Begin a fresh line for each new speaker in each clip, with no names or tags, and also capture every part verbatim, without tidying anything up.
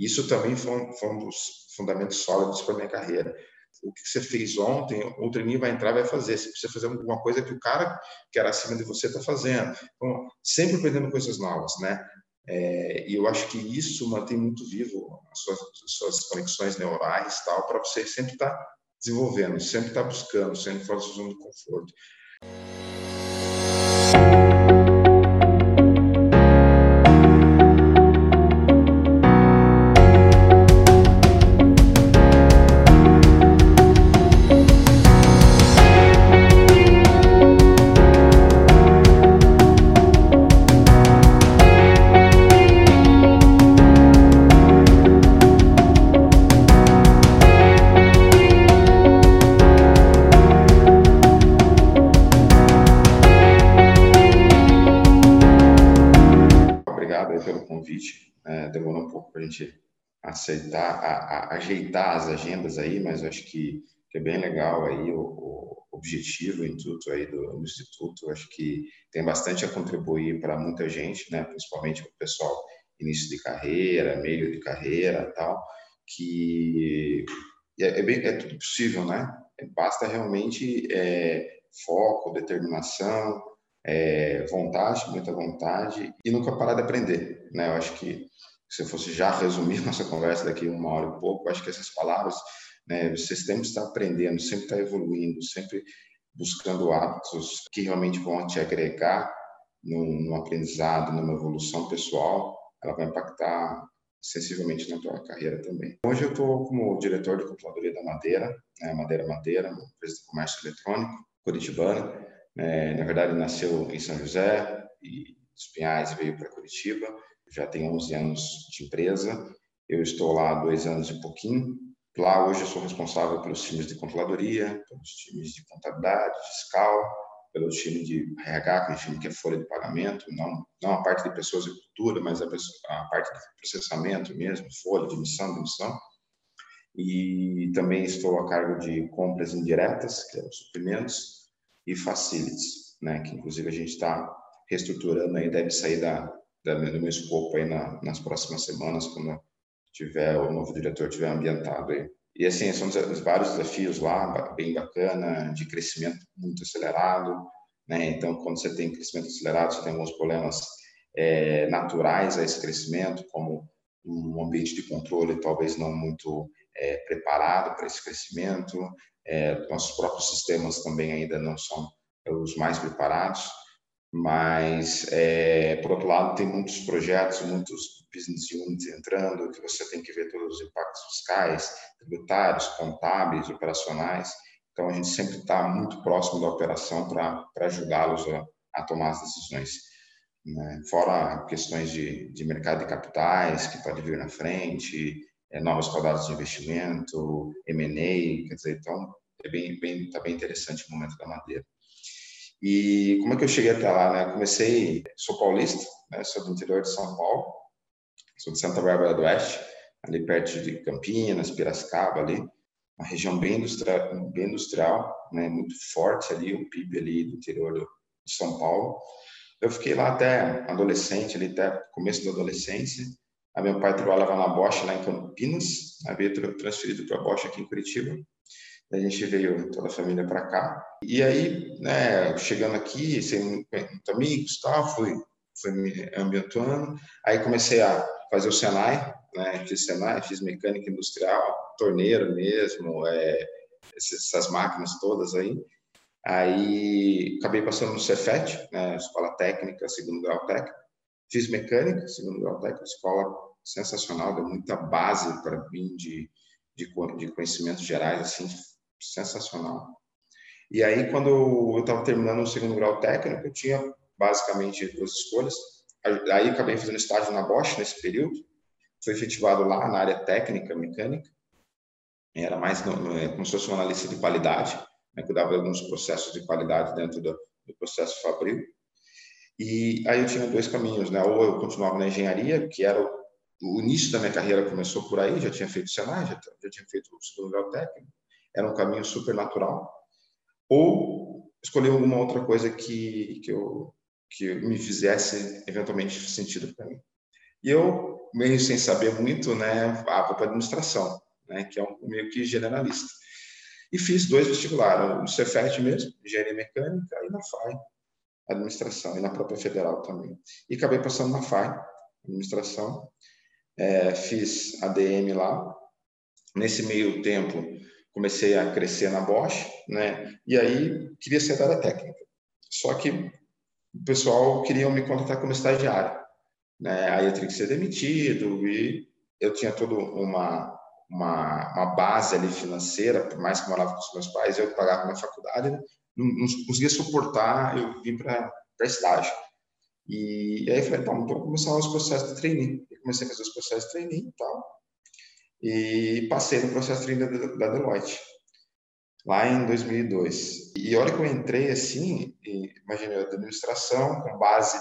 Isso também foi um, foi um dos fundamentos sólidos para a minha carreira. O que você fez ontem, o trainee vai entrar e vai fazer. Você precisa fazer alguma coisa que o cara que era acima de você está fazendo. Então, sempre aprendendo coisas novas, né? É, e eu acho que isso mantém muito vivo as suas, as suas conexões neurais, tal, para você sempre estar tá desenvolvendo, sempre estar tá buscando, sempre fora da sua zona de conforto. Pelo convite, é, demorou um pouco para a gente aceitar, a, a, ajeitar as agendas aí, mas eu acho que, que é bem legal aí o, o objetivo, o intuito aí do, do Instituto. Eu acho que tem bastante a contribuir para muita gente, né, principalmente para o pessoal início de carreira, meio de carreira, tal, que é, é, bem, é tudo possível, né? Basta realmente é, foco, determinação, É, vontade, muita vontade e nunca parar de aprender, né? Eu acho que se eu fosse já resumir nossa conversa daqui uma hora e pouco, eu acho que essas palavras, né? Você sempre está aprendendo, sempre está evoluindo, sempre buscando hábitos que realmente vão te agregar no, no aprendizado, numa evolução pessoal, ela vai impactar sensivelmente na tua carreira também. Hoje eu estou como diretor de controladoria da Madeira, né? Madeira Madeira, uma empresa de comércio eletrônico, curitibana. É, na verdade, nasceu em São José e dos Pinhais veio para Curitiba. Já tem onze anos de empresa. Eu estou lá há dois anos e pouquinho. Lá hoje eu sou responsável pelos times de controladoria, pelos times de contabilidade, fiscal, pelo time de R H, que é o time que é folha de pagamento, não, não a parte de pessoas e cultura, mas a, a parte de processamento mesmo, folha de emissão, de emissão. E também estou a cargo de compras indiretas, que é os suprimentos, e facilities, né, que inclusive a gente está reestruturando aí, deve sair da, da, do meu escopo aí na, nas próximas semanas, quando tiver o novo diretor tiver ambientado aí. E assim, são vários desafios lá, bem bacana, de crescimento muito acelerado, né, então quando você tem crescimento acelerado, você tem alguns problemas é, naturais a esse crescimento, como um ambiente de controle talvez não muito é, preparado para esse crescimento. É, nossos próprios sistemas também ainda não são os mais preparados, mas, é, por outro lado, tem muitos projetos, muitos business units entrando, que você tem que ver todos os impactos fiscais, tributários, contábeis, operacionais. Então, a gente sempre está muito próximo da operação para ajudá-los a, a tomar as decisões, né? Fora questões de, de mercado de capitais, que pode vir na frente, é, novas rodadas de investimento, M and A, quer dizer, então é bem, bem, tá bem interessante o momento da Madeira. E como é que eu cheguei até lá, né? Comecei, sou paulista, né? Sou do interior de São Paulo, sou de Santa Bárbara do Oeste, ali perto de Campinas, Piracicaba, ali, uma região bem industrial, bem industrial, né? Muito forte ali, o P I B ali do interior do, de São Paulo. Eu fiquei lá até adolescente, ali até começo da adolescência. Aí meu pai trabalhava na Bosch lá em Campinas, aí veio transferido para a Bosch aqui em Curitiba. A gente veio toda a família para cá. E aí, né, chegando aqui, sem muitos amigos, tal, fui, fui me ambientando. Aí comecei a fazer o Senai, né, fiz Senai, fiz mecânica industrial, torneiro mesmo, é, essas máquinas todas aí. Aí acabei passando no Cefet, né, escola técnica, segundo grau técnico. Fiz mecânica, segundo grau técnico, escola sensacional, deu muita base para mim de, de, de conhecimentos gerais, assim, sensacional. E aí, quando eu estava terminando o segundo grau técnico, eu tinha basicamente duas escolhas. Aí acabei fazendo estágio na Bosch nesse período, fui efetivado lá na área técnica, mecânica, era mais no, no, como se fosse um analista de qualidade, né, cuidava de alguns processos de qualidade dentro do, do processo fabril. E aí eu tinha dois caminhos, né? Ou eu continuava na engenharia, que era o, o início da minha carreira começou por aí, já tinha feito Senai, já, já tinha feito o segundo grau técnico, era um caminho super natural. Ou escolher alguma outra coisa que que eu que me fizesse eventualmente sentido para mim. E eu meio sem saber muito, né, ah, vou para administração, né, que é um meio que generalista. E fiz dois vestibulares, no Cefet mesmo, engenharia mecânica, e na F A I, administração, e na própria federal também. E acabei passando na F A I, administração, é, fiz A D M lá. Nesse meio tempo, comecei a crescer na Bosch, né, e aí queria ser da área técnica. Só que o pessoal queria me contratar como estagiário, né? Aí eu tinha que ser demitido e eu tinha toda uma, uma, uma base ali financeira, por mais que eu morava com os meus pais, eu pagava minha faculdade, né? não, não conseguia suportar, eu vim para estágio. E, e aí eu falei, então, então vou começar os processos de trainee. Eu comecei a fazer os processos de trainee e tal, e passei no processo de trainee da, da Deloitte, lá em dois mil e dois. E a hora que eu entrei, assim, imagina, eu de administração, com base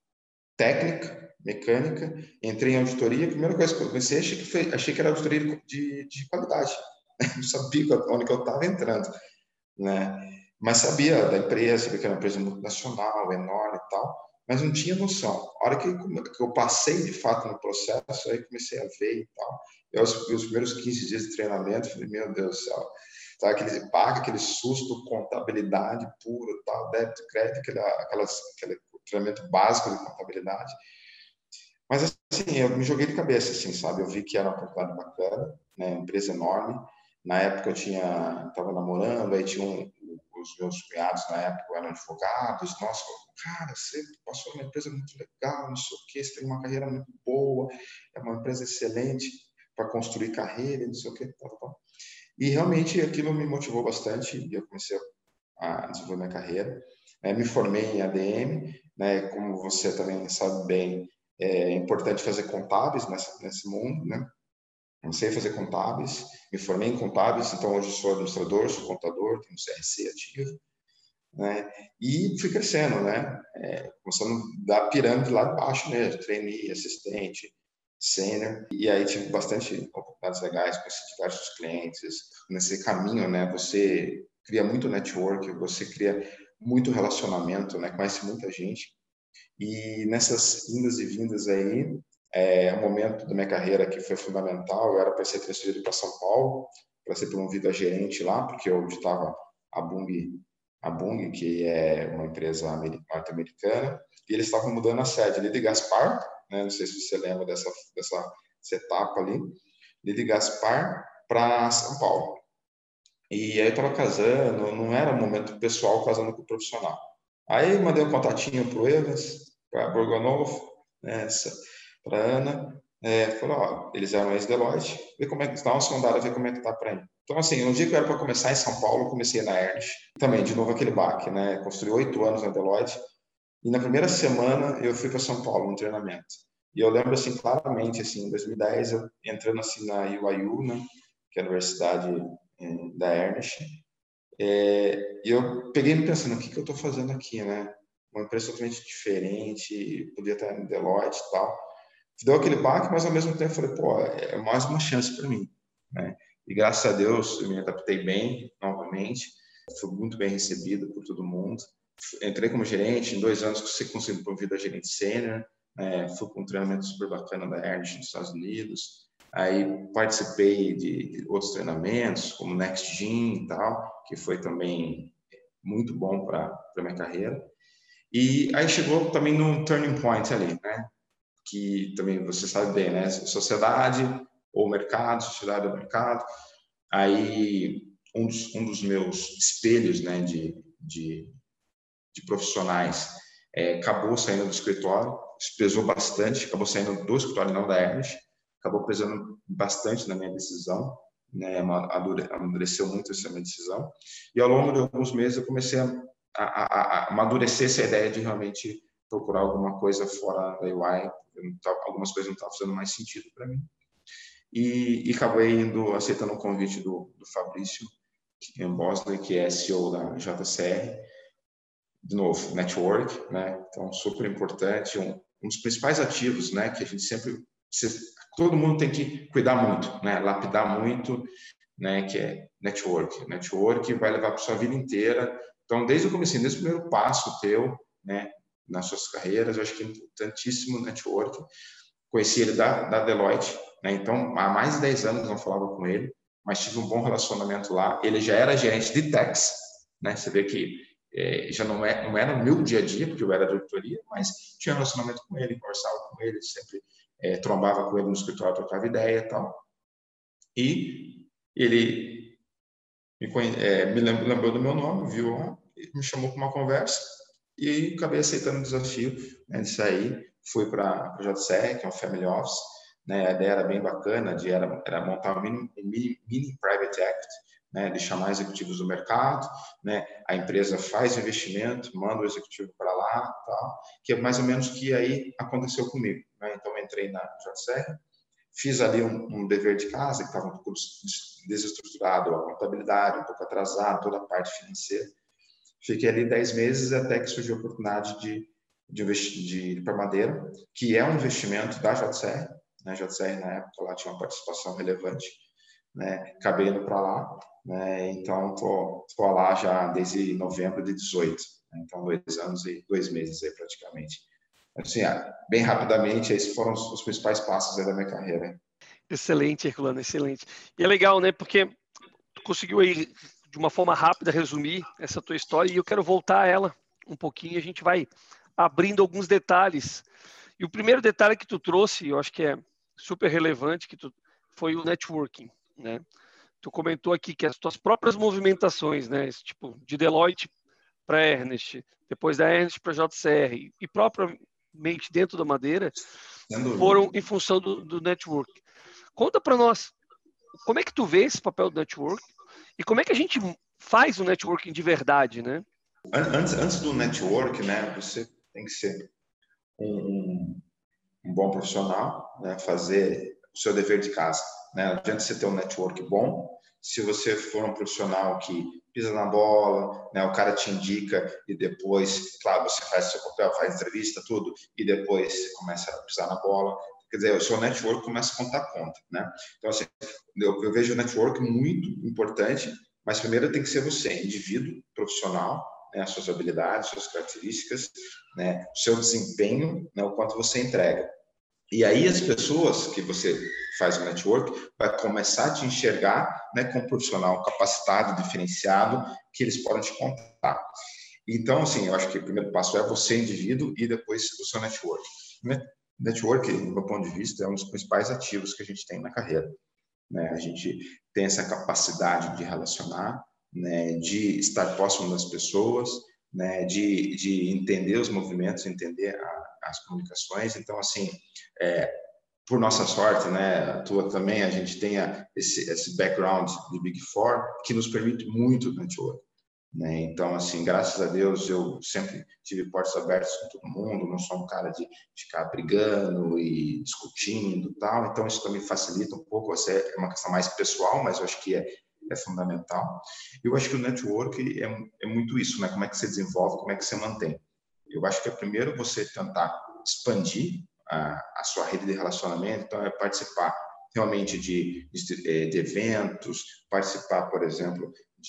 técnica, mecânica, entrei em auditoria. A primeira coisa que eu pensei, achei que, foi, achei que era auditoria de, de qualidade. Não sabia onde que eu estava entrando, né? Mas sabia da empresa, sabia que era uma empresa multinacional, enorme e tal, mas não tinha noção. A hora que eu, que eu passei, de fato, no processo, aí comecei a ver e tal. Eu, os, os primeiros quinze dias de treinamento, falei, meu Deus do céu, tá, aquele paga, aquele susto, contabilidade pura, tal, débito, crédito, aquele, aquelas, aquele treinamento básico de contabilidade. Mas, assim, eu me joguei de cabeça, assim, sabe? Eu vi que era uma oportunidade bacana, né? Uma empresa enorme. Na época eu tinha, estava namorando, aí tinha um, os meus cunhados na época eram advogados. Nossa, cara, você passou numa empresa muito legal, não sei o quê, você tem uma carreira muito boa, é uma empresa excelente para construir carreira, não sei o quê, tal, tal. E realmente aquilo me motivou bastante e eu comecei a desenvolver minha carreira. É, me formei em A D M, né? Como você também sabe bem, é importante fazer contábeis nessa, nesse mundo, né? Não sei fazer contábeis, me formei em contábeis, então hoje sou administrador, sou contador, tenho C R C ativo, né? E fui crescendo, né? É, começando da pirâmide lá de baixo mesmo, trainee, assistente, sênior, e aí tive bastante oportunidades legais, conheci diversos clientes. Nesse caminho, né? Você cria muito network, você cria muito relacionamento, né? Conhece muita gente. E nessas indas e vindas aí, é um momento da minha carreira que foi fundamental. Eu era para ser transferido para São Paulo, para ser promovido a gerente lá, porque eu estava a Bung, a Bung, que é uma empresa norte-americana, e eles estavam mudando a sede ali de Gaspar, né? Não sei se você lembra dessa, dessa, dessa etapa ali, de Gaspar para São Paulo. E aí eu estava casando, não era um momento pessoal casando com o profissional. Aí mandei um contatinho para o Evans, para a Borgonovo, né, para a Ana, é, falou, ó, eles eram ex-Deloitte, vê como é que está, uma sondada, ver como é que está para ir. Então, assim, no dia que eu era para começar em São Paulo, eu comecei na Ernst, também, de novo, aquele baque, né, construí oito anos na Deloitte, e na primeira semana eu fui para São Paulo, no treinamento. E eu lembro, assim, claramente, assim, em dois mil e dez, eu entrando, assim, na U I U, né, que é a Universidade da Ernst, é, e eu peguei me pensando, o que, que eu estou fazendo aqui, né? Uma empresa totalmente diferente, podia estar em Deloitte e tal. Deu aquele baque, mas ao mesmo tempo eu falei, pô, é mais uma chance para mim, né? E graças a Deus eu me adaptei bem, novamente, fui muito bem recebido por todo mundo. Entrei como gerente, em dois anos consegui conseguir promovido a gerente sênior, né? Fui com um treinamento super bacana da Ernst nos Estados Unidos. Aí participei de outros treinamentos, como Next Gen e tal, que foi também muito bom para a minha carreira. E aí chegou também no turning point ali, né? Que também você sabe bem, né? Sociedade ou mercado, sociedade ou mercado. Aí um dos, um dos meus espelhos, né, de, de, de profissionais é, acabou saindo do escritório, isso pesou bastante, acabou saindo do escritório, não da Ernst, acabou pesando bastante na minha decisão, né, amadureceu muito essa minha decisão, e ao longo de alguns meses eu comecei a, a, a amadurecer essa ideia de realmente procurar alguma coisa fora da U I, algumas coisas não estavam fazendo mais sentido para mim, e, e acabei indo, aceitando o convite do, do Fabrício Bosley, que é C E O da J C R, de novo, network, né? Então, super importante, um, um dos principais ativos, né? Que a gente sempre, todo mundo tem que cuidar muito, né? Lapidar muito, né? Que é network. Network vai levar para sua vida inteira. Então, desde o começo, desde o primeiro passo teu, né? Nas suas carreiras, eu acho que é importantíssimo network. conheci ele da, da Deloitte, né? Então, há mais de dez anos não falava com ele, mas tive um bom relacionamento lá. Ele já era gerente de tax, né? Você vê que é, já não, é, não era no meu dia a dia, porque eu era da diretoria, mas tinha um relacionamento com ele, conversava com ele, sempre é, trombava com ele no escritório, trocava ideia e tal. E ele me, conhe... é, me lembrou do meu nome, viu lá, me chamou para uma conversa e acabei aceitando o desafio, né, de sair. Fui para a J C R, que é um family office, né? A ideia era bem bacana, de era, era montar um mini, mini, mini private equity, né? De chamar executivos do mercado, né? A empresa faz o investimento, manda o executivo para lá, tal, que é mais ou menos o que aí aconteceu comigo, né? Então entrei na J C R, fiz ali um, um dever de casa, que estava um pouco desestruturado, a contabilidade, um pouco atrasado, toda a parte financeira. Fiquei ali dez meses até que surgiu a oportunidade de, de, de ir para Madeira, que é um investimento da J C R, né? A J C R, na época, lá tinha uma participação relevante, né? Acabei indo para lá, né? Então, tô, tô lá já desde novembro de dezoito, né? Então, dois anos e dois meses aí, praticamente. Assim, bem rapidamente, esses foram os, os principais passos aí da minha carreira.
Excelente, Herculano, excelente. E é legal, né? Porque tu conseguiu aí, de uma forma rápida, resumir essa tua história e eu quero voltar a ela um pouquinho. A gente vai abrindo alguns detalhes. E o primeiro detalhe que tu trouxe, eu acho que é super relevante, que tu, foi o networking, né? Tu comentou aqui que as tuas próprias movimentações, né? Esse tipo, de Deloitte para Ernest, depois da Ernest para J C R e propriamente dentro da Madeira, foram em função do, do network. Conta para nós, como é que tu vê esse papel do network e como é que a gente faz o networking de verdade, né?
Antes, antes do network, né, você tem que ser um, um bom profissional, né, fazer o seu dever de casa, né? Não adianta você ter um network bom se você for um profissional que pisa na bola, né, o cara te indica e depois, claro, você faz o seu papel, faz entrevista, tudo, e depois você começa a pisar na bola. Quer dizer, o seu network começa a contar conta, né? Então, assim, eu, eu vejo o network muito importante, mas primeiro tem que ser você, indivíduo, profissional, né, as suas habilidades, suas características, né, o seu desempenho, né, o quanto você entrega. E aí as pessoas que você faz o network vai começar a te enxergar, né, como profissional capacitado, diferenciado, que eles podem te contar. Então, assim, eu acho que o primeiro passo é você, indivíduo, e depois o seu network. Network, do meu ponto de vista, é um dos principais ativos que a gente tem na carreira, né? A gente tem essa capacidade de relacionar, né, de estar próximo das pessoas, né, de, de entender os movimentos, entender a, as comunicações. Então, assim, é, por nossa sorte, né, a tua também, a gente tem esse, esse background de Big Four que nos permite muito network, né? Então, assim, graças a Deus, eu sempre tive portas abertas com todo mundo, não sou um cara de ficar brigando e discutindo e tal, então isso também facilita um pouco, é uma questão mais pessoal, mas eu acho que é, é fundamental. Eu acho que o network é, é muito isso, né? Como é que você desenvolve, como é que você mantém. Eu acho que é primeiro você tentar expandir a, a sua rede de relacionamento, então é participar realmente de, de, de eventos, participar, por exemplo,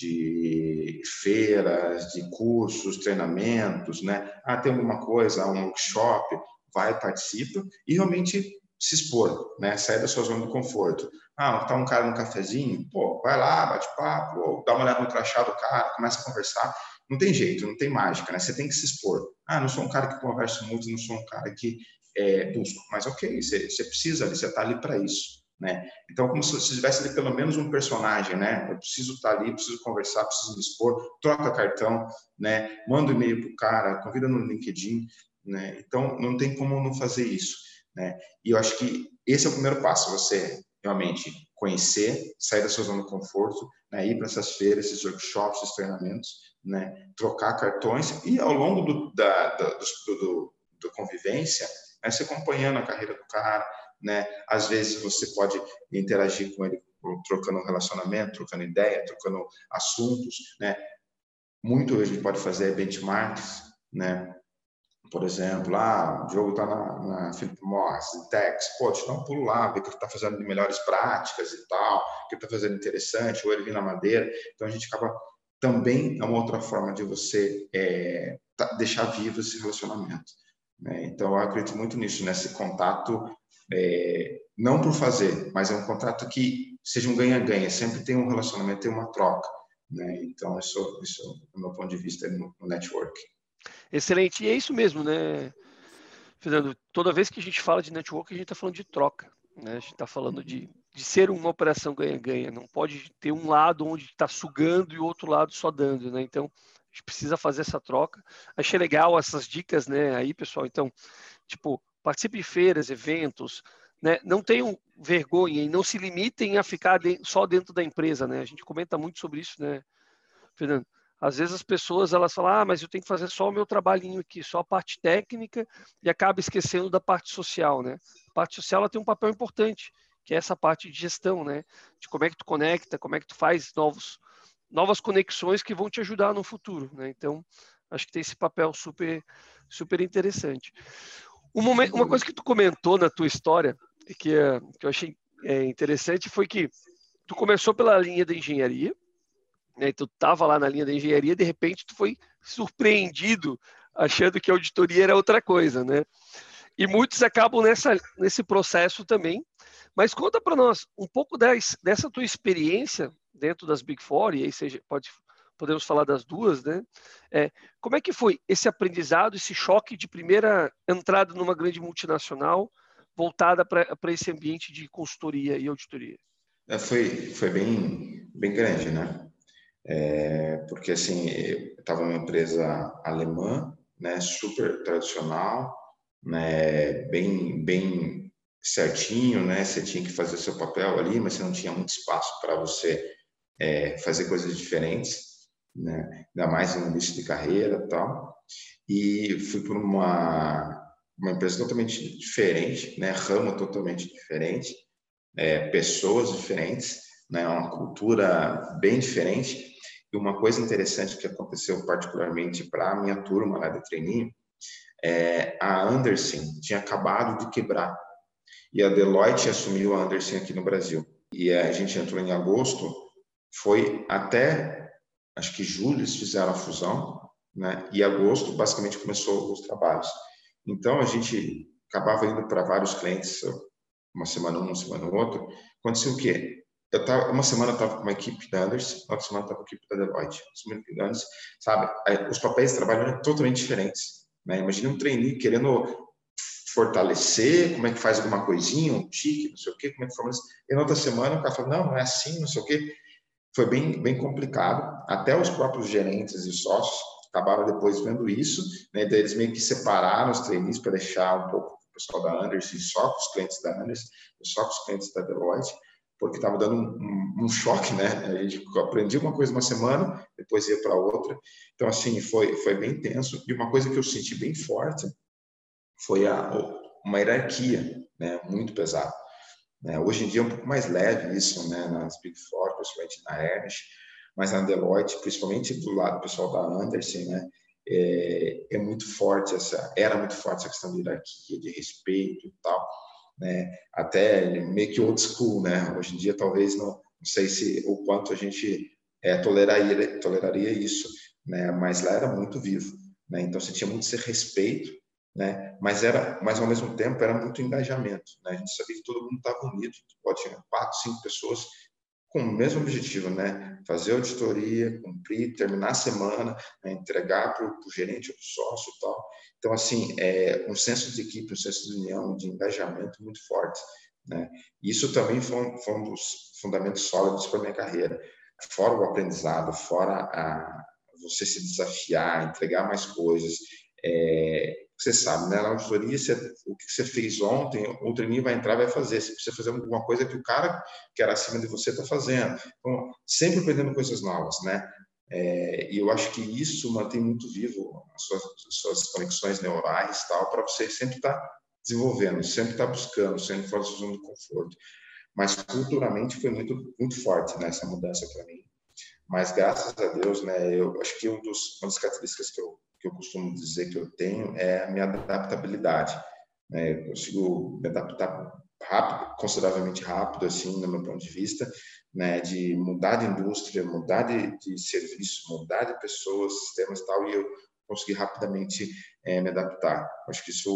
de feiras, de cursos, treinamentos, né? Ah, tem alguma coisa, um workshop, vai, participa e realmente se expor, né? Sair da sua zona de conforto. Ah, tá um cara no cafezinho, pô, vai lá, bate papo, dá uma olhada no crachá do cara, começa a conversar. Não tem jeito, não tem mágica, né? Você tem que se expor. Ah, não sou um cara que conversa muito, não sou um cara que é, busco, mas ok, você, você precisa, você está ali para isso, né? Então, como se você tivesse ali pelo menos um personagem, né? Eu preciso estar ali, preciso conversar, preciso me expor, troca cartão, né? Manda um e-mail pro cara, convida no LinkedIn, né? Então, não tem como não fazer isso, né? E eu acho que esse é o primeiro passo, você realmente conhecer, sair da sua zona de conforto, né? Ir para essas feiras, esses workshops, esses treinamentos, né? Trocar cartões e ao longo do, da, da, do, do, do convivência, né? Você acompanhando a carreira do cara, né? Às vezes você pode interagir com ele trocando relacionamento, trocando ideia, trocando assuntos, né? Muito a gente pode fazer benchmarks, né? Por exemplo, ah, o Diogo está na, na Philip Morris, Tex, pô, deixa eu dar um pulo lá, ver o que ele está fazendo de melhores práticas e tal, o que ele está fazendo interessante, ou ele vir na Madeira. Então a gente acaba também, é uma outra forma de você é, deixar vivo esse relacionamento, né? Então eu acredito muito nisso, nesse contato é, não por fazer, mas é um contrato que seja um ganha-ganha, sempre tem um relacionamento, tem uma troca, né? Então, isso, isso do meu ponto de vista, no, no network.
Excelente, e é isso mesmo, né, Fernando? Toda vez que a gente fala de network, a gente está falando de troca, né? A gente está falando de, de ser uma operação ganha-ganha, não pode ter um lado onde está sugando e o outro lado só dando, né? Então, a gente precisa fazer essa troca. Achei legal essas dicas, né, aí, pessoal. Então, tipo, participe de feiras, eventos, né? Não tenham vergonha e não se limitem a ficar de, só dentro da empresa, né? A gente comenta muito sobre isso, né, Fernando? Às vezes as pessoas elas falam, ah, mas eu tenho que fazer só o meu trabalhinho aqui, só a parte técnica e acaba esquecendo da parte social, né? A parte social ela tem um papel importante, que é essa parte de gestão, né? De como é que tu conecta, como é que tu faz novos, novas conexões que vão te ajudar no futuro, né? Então, acho que tem esse papel super, super interessante. Um momento, uma coisa que tu comentou na tua história, que, que eu achei é, interessante, foi que tu começou pela linha da engenharia, né? Tu estava lá na linha da engenharia, de repente tu foi surpreendido achando que a auditoria era outra coisa, né? E muitos acabam nessa, nesse processo também. Mas conta para nós um pouco das, dessa tua experiência dentro das Big Four, e aí seja, pode, podemos falar das duas, né? É, como é que foi esse aprendizado, esse choque de primeira entrada numa grande multinacional voltada para esse ambiente de consultoria e auditoria?
É, foi, foi bem, bem grande, né? É, porque, assim, eu estava numa empresa alemã, né, super tradicional, né, bem, bem certinho, né? Você tinha que fazer seu papel ali, mas você não tinha muito espaço para você é, fazer coisas diferentes, né? Ainda mais no início de carreira e tal. E fui para uma, uma empresa totalmente diferente, né? Ramo totalmente diferente, é, pessoas diferentes, né? Uma cultura bem diferente. E uma coisa interessante que aconteceu particularmente para a minha turma lá de treininho, é, a Andersen tinha acabado de quebrar e a Deloitte assumiu a Andersen aqui no Brasil. E a gente entrou em agosto, foi até, acho que julho eles fizeram a fusão, né? E agosto basicamente começou os trabalhos. Então a gente acabava indo para vários clientes, uma semana um, uma semana outro. Aconteceu o quê? Eu tava, uma semana eu estava com uma equipe da Anderson, outra semana eu estava com a equipe da Deloitte. Da Anderson, sabe? Os papéis de trabalho eram totalmente diferentes. Né? Imagina um trainee querendo fortalecer, como é que faz alguma coisinha, um tique, não sei o quê, como é que forma. E na outra semana o cara fala, não, não é assim, não sei o quê. Foi bem, bem complicado. Até os próprios gerentes e sócios acabaram depois vendo isso, né? Daí eles meio que separaram os trainees para deixar um pouco o pessoal da Anderson só com os clientes da Anderson, só com os clientes da Deloitte, porque estava dando um, um, um choque, né? A gente aprendia uma coisa uma semana, depois ia para outra. Então, assim, foi, foi bem tenso. E uma coisa que eu senti bem forte foi a, uma hierarquia, né? Muito pesada. Né? Hoje em dia é um pouco mais leve isso, né? Nas Big Four, principalmente na Ernst, mas na Deloitte, principalmente do lado do pessoal da Andersen, né? É, é muito forte essa, era muito forte essa questão de hierarquia, de respeito e tal, né? Até meio que old school, né? Hoje em dia talvez não, não sei se o quanto a gente é, toleraria, toleraria isso, né? Mas lá era muito vivo, né? Então você tinha muito esse respeito, né? Mas era, mas ao mesmo tempo era muito engajamento, né? A gente sabia que todo mundo estava unido, pode tinha quatro, cinco pessoas com o mesmo objetivo, né? Fazer auditoria, cumprir, terminar a semana, né? Entregar para o gerente ou para o sócio e tal. Então, assim, é um senso de equipe, um senso de união, de engajamento muito forte, né? Isso também foi, foi um dos fundamentos sólidos para a minha carreira. Fora o aprendizado, fora a você se desafiar, entregar mais coisas, é, você sabe, né? Na auditoria, você, o que você fez ontem, o trainee vai entrar e vai fazer. Você precisa fazer alguma coisa que o cara que era acima de você está fazendo. Então, sempre aprendendo coisas novas, né? É, e eu acho que isso mantém muito vivo as suas, as suas conexões neurais e tal, para você sempre estar tá desenvolvendo, sempre estar tá buscando, sempre fora da sua zona de conforto. Mas culturalmente foi muito, muito forte, né, essa mudança para mim. Mas graças a Deus, né, eu acho que um dos, uma das características que eu, que eu costumo dizer que eu tenho é a minha adaptabilidade. Né? Eu consigo me adaptar rápido, consideravelmente rápido, assim, no meu ponto de vista, né, de mudar de indústria, mudar de, de serviço, mudar de pessoas, sistemas e tal, e eu consegui rapidamente é, me adaptar. Acho que isso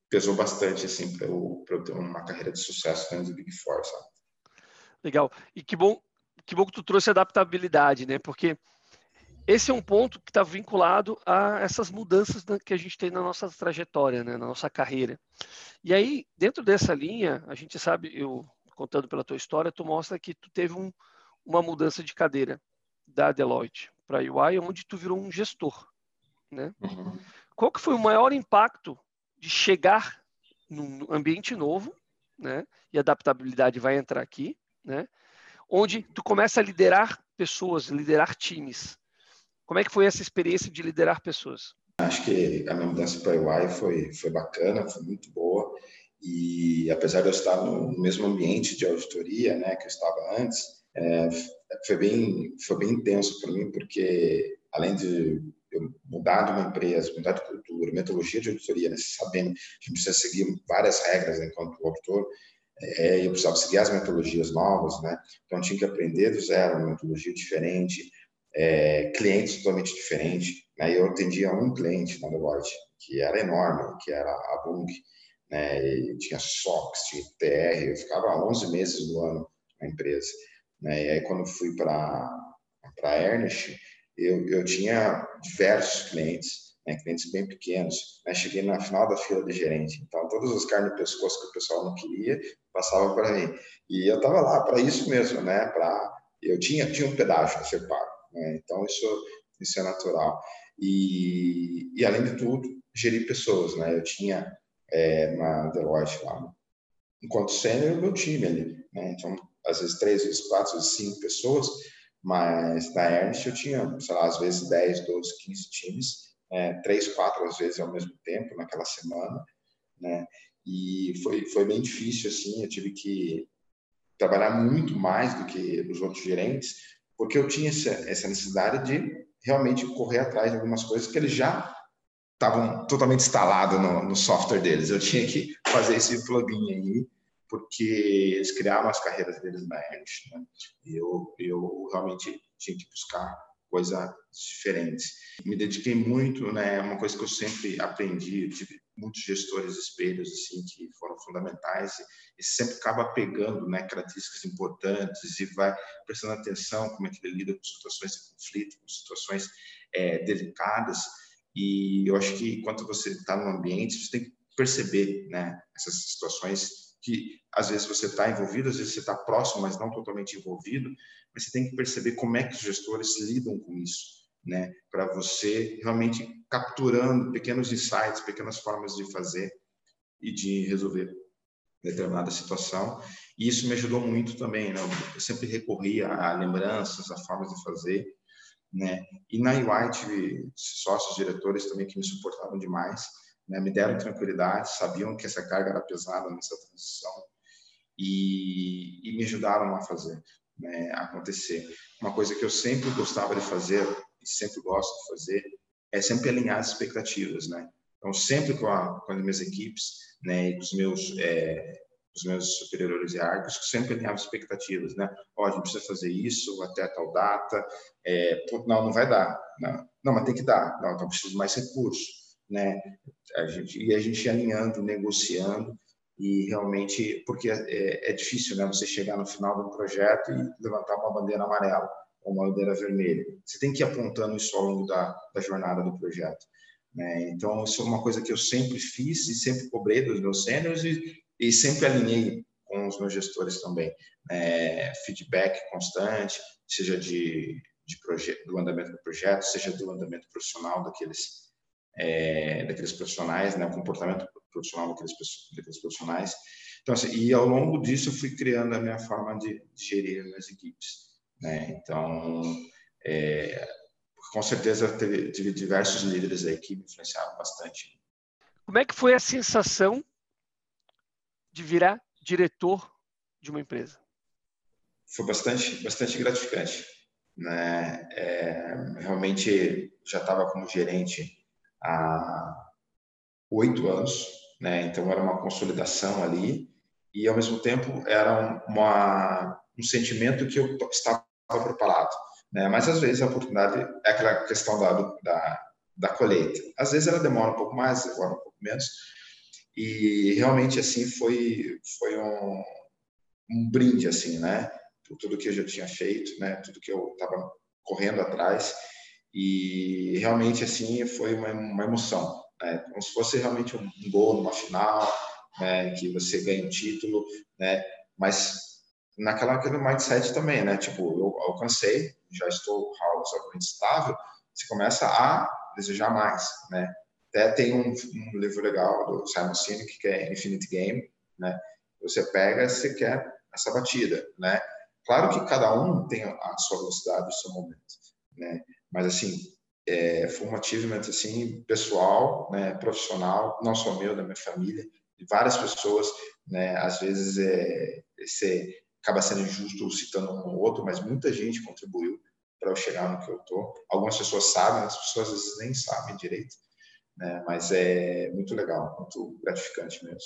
pesou bastante assim para eu, eu ter uma carreira de sucesso dentro do Big Four, sabe?
Legal. E que bom, que bom que tu trouxe adaptabilidade, né? Porque esse é um ponto que está vinculado a essas mudanças que a gente tem na nossa trajetória, né? Na nossa carreira. E aí, dentro dessa linha, a gente sabe, eu contando pela tua história, tu mostra que tu teve um, uma mudança de cadeira da Deloitte para a U I, onde tu virou um gestor, né?
Uhum.
Qual que foi o maior impacto de chegar num ambiente novo, né? E a adaptabilidade vai entrar aqui, né? Onde tu começa a liderar pessoas, liderar times. Como é que foi essa experiência de liderar pessoas?
Acho que a minha mudança para a U I foi, foi bacana, foi muito boa. E apesar de eu estar no mesmo ambiente de auditoria, né, que eu estava antes, é, foi bem, foi bem intenso para mim, porque além de eu mudar de uma empresa, mudar de cultura, metodologia de auditoria, né, sabendo que a gente precisa seguir várias regras enquanto auditor, é, eu precisava seguir as metodologias novas, né? Então eu tinha que aprender do zero, uma metodologia diferente, é, clientes totalmente diferentes. Né? Eu atendia um cliente na Deloitte, que era enorme, que era a Bung, né? E tinha S O X, tinha T R, eu ficava onze meses do ano na empresa. Né? E aí quando fui para a Ernest, eu, eu tinha diversos clientes, né? Clientes bem pequenos. Né? Cheguei na final da fila de gerente, então todas as carnes de pescoço que o pessoal não queria, passava para mim. E eu estava lá para isso mesmo, né? Pra, eu tinha, tinha um pedágio a ser pago. Né? Então, isso, isso é natural. E, e, além de tudo, gerir pessoas. Né? Eu tinha é, na Deloitte lá, enquanto sênior, o meu time ali. Né? Então, às vezes, três, às vezes, quatro, às vezes, cinco pessoas, mas na Ernst eu tinha, sei lá, às vezes, dez, doze, quinze times, é, três, quatro, às vezes, ao mesmo tempo, naquela semana. Né? E foi, foi bem difícil, assim, eu tive que trabalhar muito mais do que os outros gerentes, porque eu tinha essa, essa necessidade de realmente correr atrás de algumas coisas que eles já estavam totalmente instalados no, no software deles. Eu tinha que fazer esse plugin aí, porque eles criaram as carreiras deles na Ernst. Né? E eu, eu realmente tinha que buscar coisas diferentes. Me dediquei muito, né? Uma coisa que eu sempre aprendi, eu tive muitos gestores espelhos assim que foram fundamentais e sempre acaba pegando, né, características importantes e vai prestando atenção como é que ele lida com situações de conflito, com situações é, delicadas. E eu acho que enquanto você está no ambiente, você tem que perceber, né, essas situações que às vezes você está envolvido, às vezes você está próximo, mas não totalmente envolvido, mas você tem que perceber como é que os gestores lidam com isso, né, para você realmente capturando pequenos insights, pequenas formas de fazer e de resolver determinada situação. E isso me ajudou muito também, né? Eu sempre recorria a lembranças, a formas de fazer, né? E na U I tive sócios, diretores também que me suportavam demais, né? Me deram tranquilidade, sabiam que essa carga era pesada nessa transição e, e me ajudaram a fazer, né, acontecer. Uma coisa que eu sempre gostava de fazer e sempre gosto de fazer é sempre alinhar as expectativas, né? Então sempre com, a, com as minhas equipes, né, e com os meus é, os meus superiores hierárquicos, sempre alinhava expectativas, né? Ó, oh, a gente precisa fazer isso até tal data. É, não, não vai dar. Não, não, mas tem que dar. Não, então preciso de mais recursos, né? A gente, e a gente ia alinhando, negociando, e realmente, porque é, é difícil, né? Você chegar no final de um projeto e levantar uma bandeira amarela ou uma bandeira vermelha. Você tem que ir apontando isso ao longo da, da jornada do projeto. Né? Então, isso é uma coisa que eu sempre fiz e sempre cobrei dos meus sêniores e, e sempre alinhei com os meus gestores também. É, feedback constante, seja de, de projeto, do andamento do projeto, seja do andamento profissional daqueles, é, daqueles profissionais, né? O comportamento profissional daqueles, daqueles profissionais. Então, assim, e ao longo disso eu fui criando a minha forma de, de gerir as minhas equipes. Né? Então, é, com certeza teve, tive diversos líderes aí que me influenciaram bastante.
Como é que foi a sensação de virar diretor de uma empresa?
Foi bastante, bastante gratificante. Né? É, realmente já estava como gerente há oito anos, né? Então era uma consolidação ali e ao mesmo tempo era uma, um sentimento que eu estava preparado. Né? Mas às vezes a oportunidade é aquela questão da, da, da colheita. Às vezes ela demora um pouco mais, demora um pouco menos. E realmente assim foi foi um, um brinde assim, né? Por tudo que eu já tinha feito, né? Tudo que eu estava correndo atrás e realmente assim foi uma, uma emoção, né? Como se fosse realmente um, um gol numa final, né? Que você ganha um título, né? Mas naquela aquele mindset também, né? Tipo, eu alcancei, já estou razoavelmente estável, você começa a desejar mais, né? Até tem um, um livro legal do Simon Sinek que é Infinite Game, né? Você pega, você quer essa batida, né? Claro que cada um tem a sua velocidade, o seu momento, né? Mas assim, é, foi um achievement assim pessoal, né? Profissional, não só meu, da minha família, de várias pessoas, né? Às vezes é, você acaba sendo injusto citando um ou outro, mas muita gente contribuiu para eu chegar no que eu tô. Algumas pessoas sabem, as pessoas às vezes nem sabem direito, né? Mas é muito legal, muito gratificante mesmo.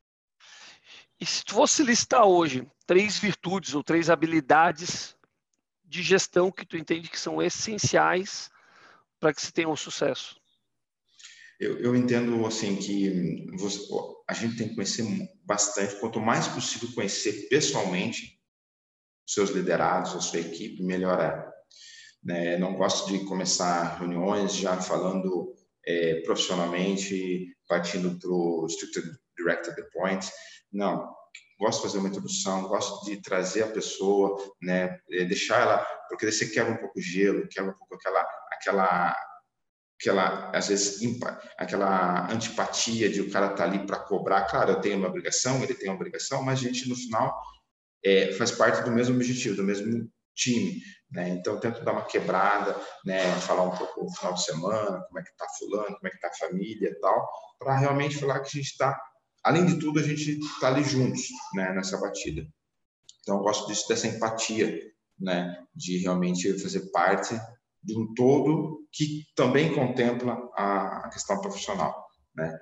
E se tu fosse listar hoje três virtudes ou três habilidades de gestão que tu entende que são essenciais para que se tenha um sucesso?
Eu, eu entendo assim que você, a gente tem que conhecer bastante, quanto mais possível conhecer pessoalmente seus liderados, a sua equipe, melhor é. Né? Não gosto de começar reuniões já falando é, profissionalmente, partindo para o Structured Direct to the Point. Não, gosto de fazer uma introdução, gosto de trazer a pessoa, né? Deixar ela, porque você quebra um pouco o gelo, quebra um pouco aquela, aquela, aquela às vezes, aquela antipatia de o cara estar tá ali para cobrar. Claro, eu tenho uma obrigação, ele tem uma obrigação, mas a gente, no final, é, faz parte do mesmo objetivo, do mesmo time, né? Então eu tento dar uma quebrada, né? Falar um pouco no final de semana, como é que tá fulano, como é que tá a família e tal, para realmente falar que a gente está, além de tudo, a gente está ali juntos, né? Nessa batida. Então eu gosto disso, dessa empatia, né? De realmente fazer parte de um todo que também contempla a questão profissional, né?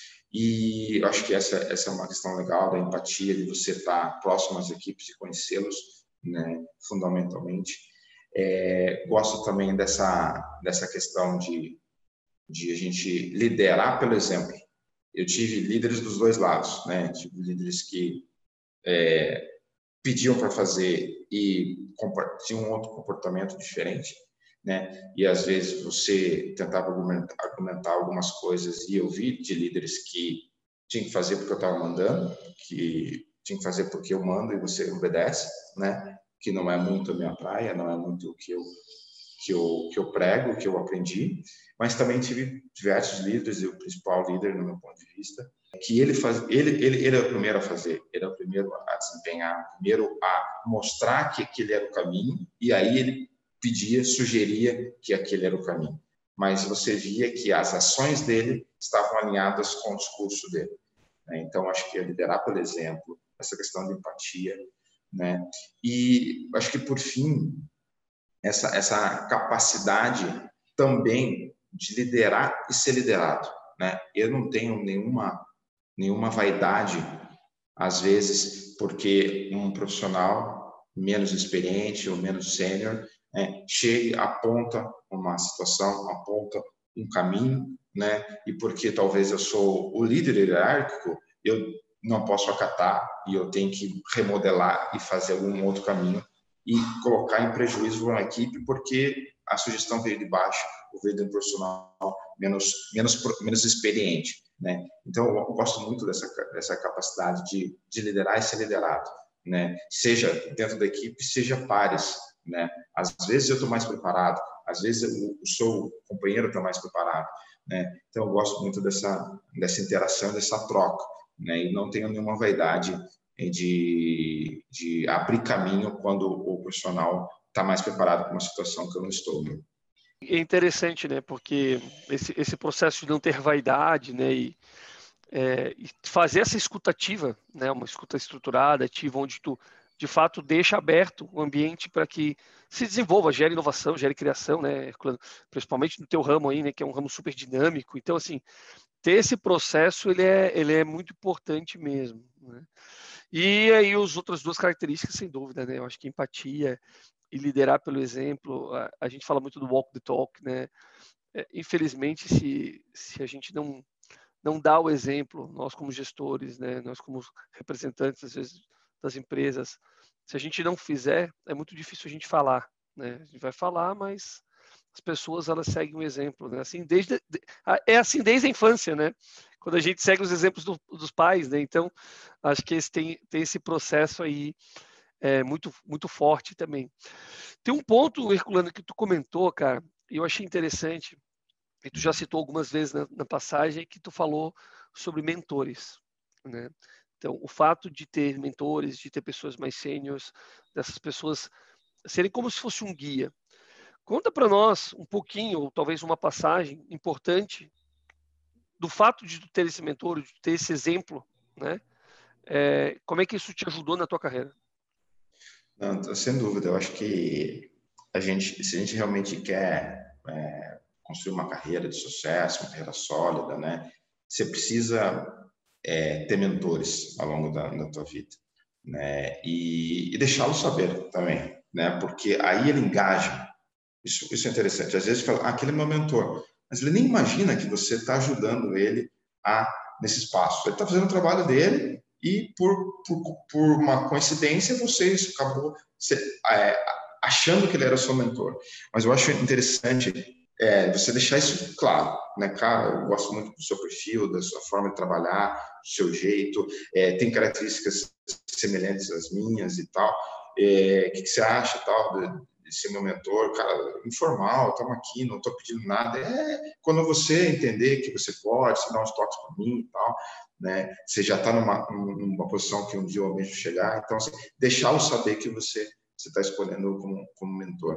E eu acho que essa, essa é uma questão legal da empatia, de você estar próximo às equipes e conhecê-los, né, fundamentalmente. É, gosto também dessa, dessa questão de, de a gente liderar pelo exemplo. Eu tive líderes dos dois lados, né? Tive líderes que é, pediam para fazer e tinham um outro comportamento diferente, né? E às vezes você tentava argumentar, argumentar algumas coisas e eu vi de líderes que tinha que fazer porque eu estava mandando, que tinha que fazer porque eu mando e você obedece, né? Que não é muito a minha praia, não é muito o que eu que eu que eu prego, o que eu aprendi, mas também tive diversos líderes e o principal líder no meu ponto de vista que ele faz, ele, ele, ele era o primeiro a fazer, ele era o primeiro a desempenhar, o primeiro a mostrar que aquele era o caminho, e aí ele pedia, sugeria que aquele era o caminho. Mas você via que as ações dele estavam alinhadas com o discurso dele, né? Então, acho que é liderar pelo exemplo, essa questão de empatia, né? E acho que, por fim, essa, essa capacidade também de liderar e ser liderado, né? Eu não tenho nenhuma nenhuma vaidade, às vezes, porque um profissional menos experiente ou menos sênior, né, chegue, aponta uma situação, aponta um caminho, né, e porque talvez eu sou o líder hierárquico, eu não posso acatar e eu tenho que remodelar e fazer algum outro caminho e colocar em prejuízo uma equipe porque a sugestão veio de baixo, ou veio de um profissional menos, menos, menos experiente, né? Então, eu gosto muito dessa, dessa capacidade de, de liderar e ser liderado, né? Seja dentro da equipe, seja pares, né? Às vezes eu estou mais preparado, às vezes o, o seu companheiro está mais preparado, né? Então, eu gosto muito dessa, dessa interação, dessa troca, né? E não tenho nenhuma vaidade de, de abrir caminho quando o profissional está mais preparado para uma situação que eu não estou, né?
É interessante, né? Porque esse, esse processo de não ter vaidade, né? E, é, e fazer essa escutativa, né? Uma escuta estruturada, ativa, onde tu de fato deixa aberto o ambiente para que se desenvolva, gere inovação, gere criação, né? Principalmente no teu ramo aí, né? Que é um ramo super dinâmico. Então, assim, ter esse processo ele é, ele é muito importante mesmo, né? E aí as outras duas características, sem dúvida, né? Eu acho que empatia e liderar pelo exemplo. A, a gente fala muito do walk the talk, né? É, infelizmente, se, se a gente não não dá o exemplo, nós como gestores, né, nós como representantes, às vezes, das empresas, se a gente não fizer, é muito difícil a gente falar, né? A gente vai falar, mas as pessoas, elas seguem o exemplo, né? Assim, desde, é assim desde a infância, né? Quando a gente segue os exemplos do, dos pais, né? Então, acho que esse, tem, tem esse processo aí é, muito, muito forte também. Tem um ponto, Herculano, que tu comentou, cara, e eu achei interessante, e tu já citou algumas vezes na, na passagem, que tu falou sobre mentores, né? Então, o fato de ter mentores, de ter pessoas mais sêniores, dessas pessoas serem como se fosse um guia. Conta para nós um pouquinho, ou talvez uma passagem importante do fato de tu ter esse mentor, de ter esse exemplo, né? É, como é que isso te ajudou na tua carreira?
Não, sem dúvida, eu acho que a gente, se a gente realmente quer é, construir uma carreira de sucesso, uma carreira sólida, né? Você precisa é, ter mentores ao longo da, da tua vida, né? E, e deixá-lo saber também, né? Porque aí ele engaja. Isso, isso é interessante. Às vezes fala, ah, aquele é meu mentor, mas ele nem imagina que você está ajudando ele a nesse espaço. Ele está fazendo o trabalho dele e por, por, por uma coincidência vocês acabou se, é, achando que ele era seu mentor. Mas eu acho interessante é, você deixar isso claro, né, cara? Eu gosto muito do seu perfil, da sua forma de trabalhar, do seu jeito, é, tem características semelhantes às minhas e tal. É, o que, que você acha tal de ser meu mentor? Cara, informal, estamos aqui, não estou pedindo nada. É quando você entender que você pode, você dá uns toques para mim e tal, né? Você já está numa, numa posição que um dia eu mesmo chegar, então assim, deixá-lo saber que você você está escolhendo como, como mentor.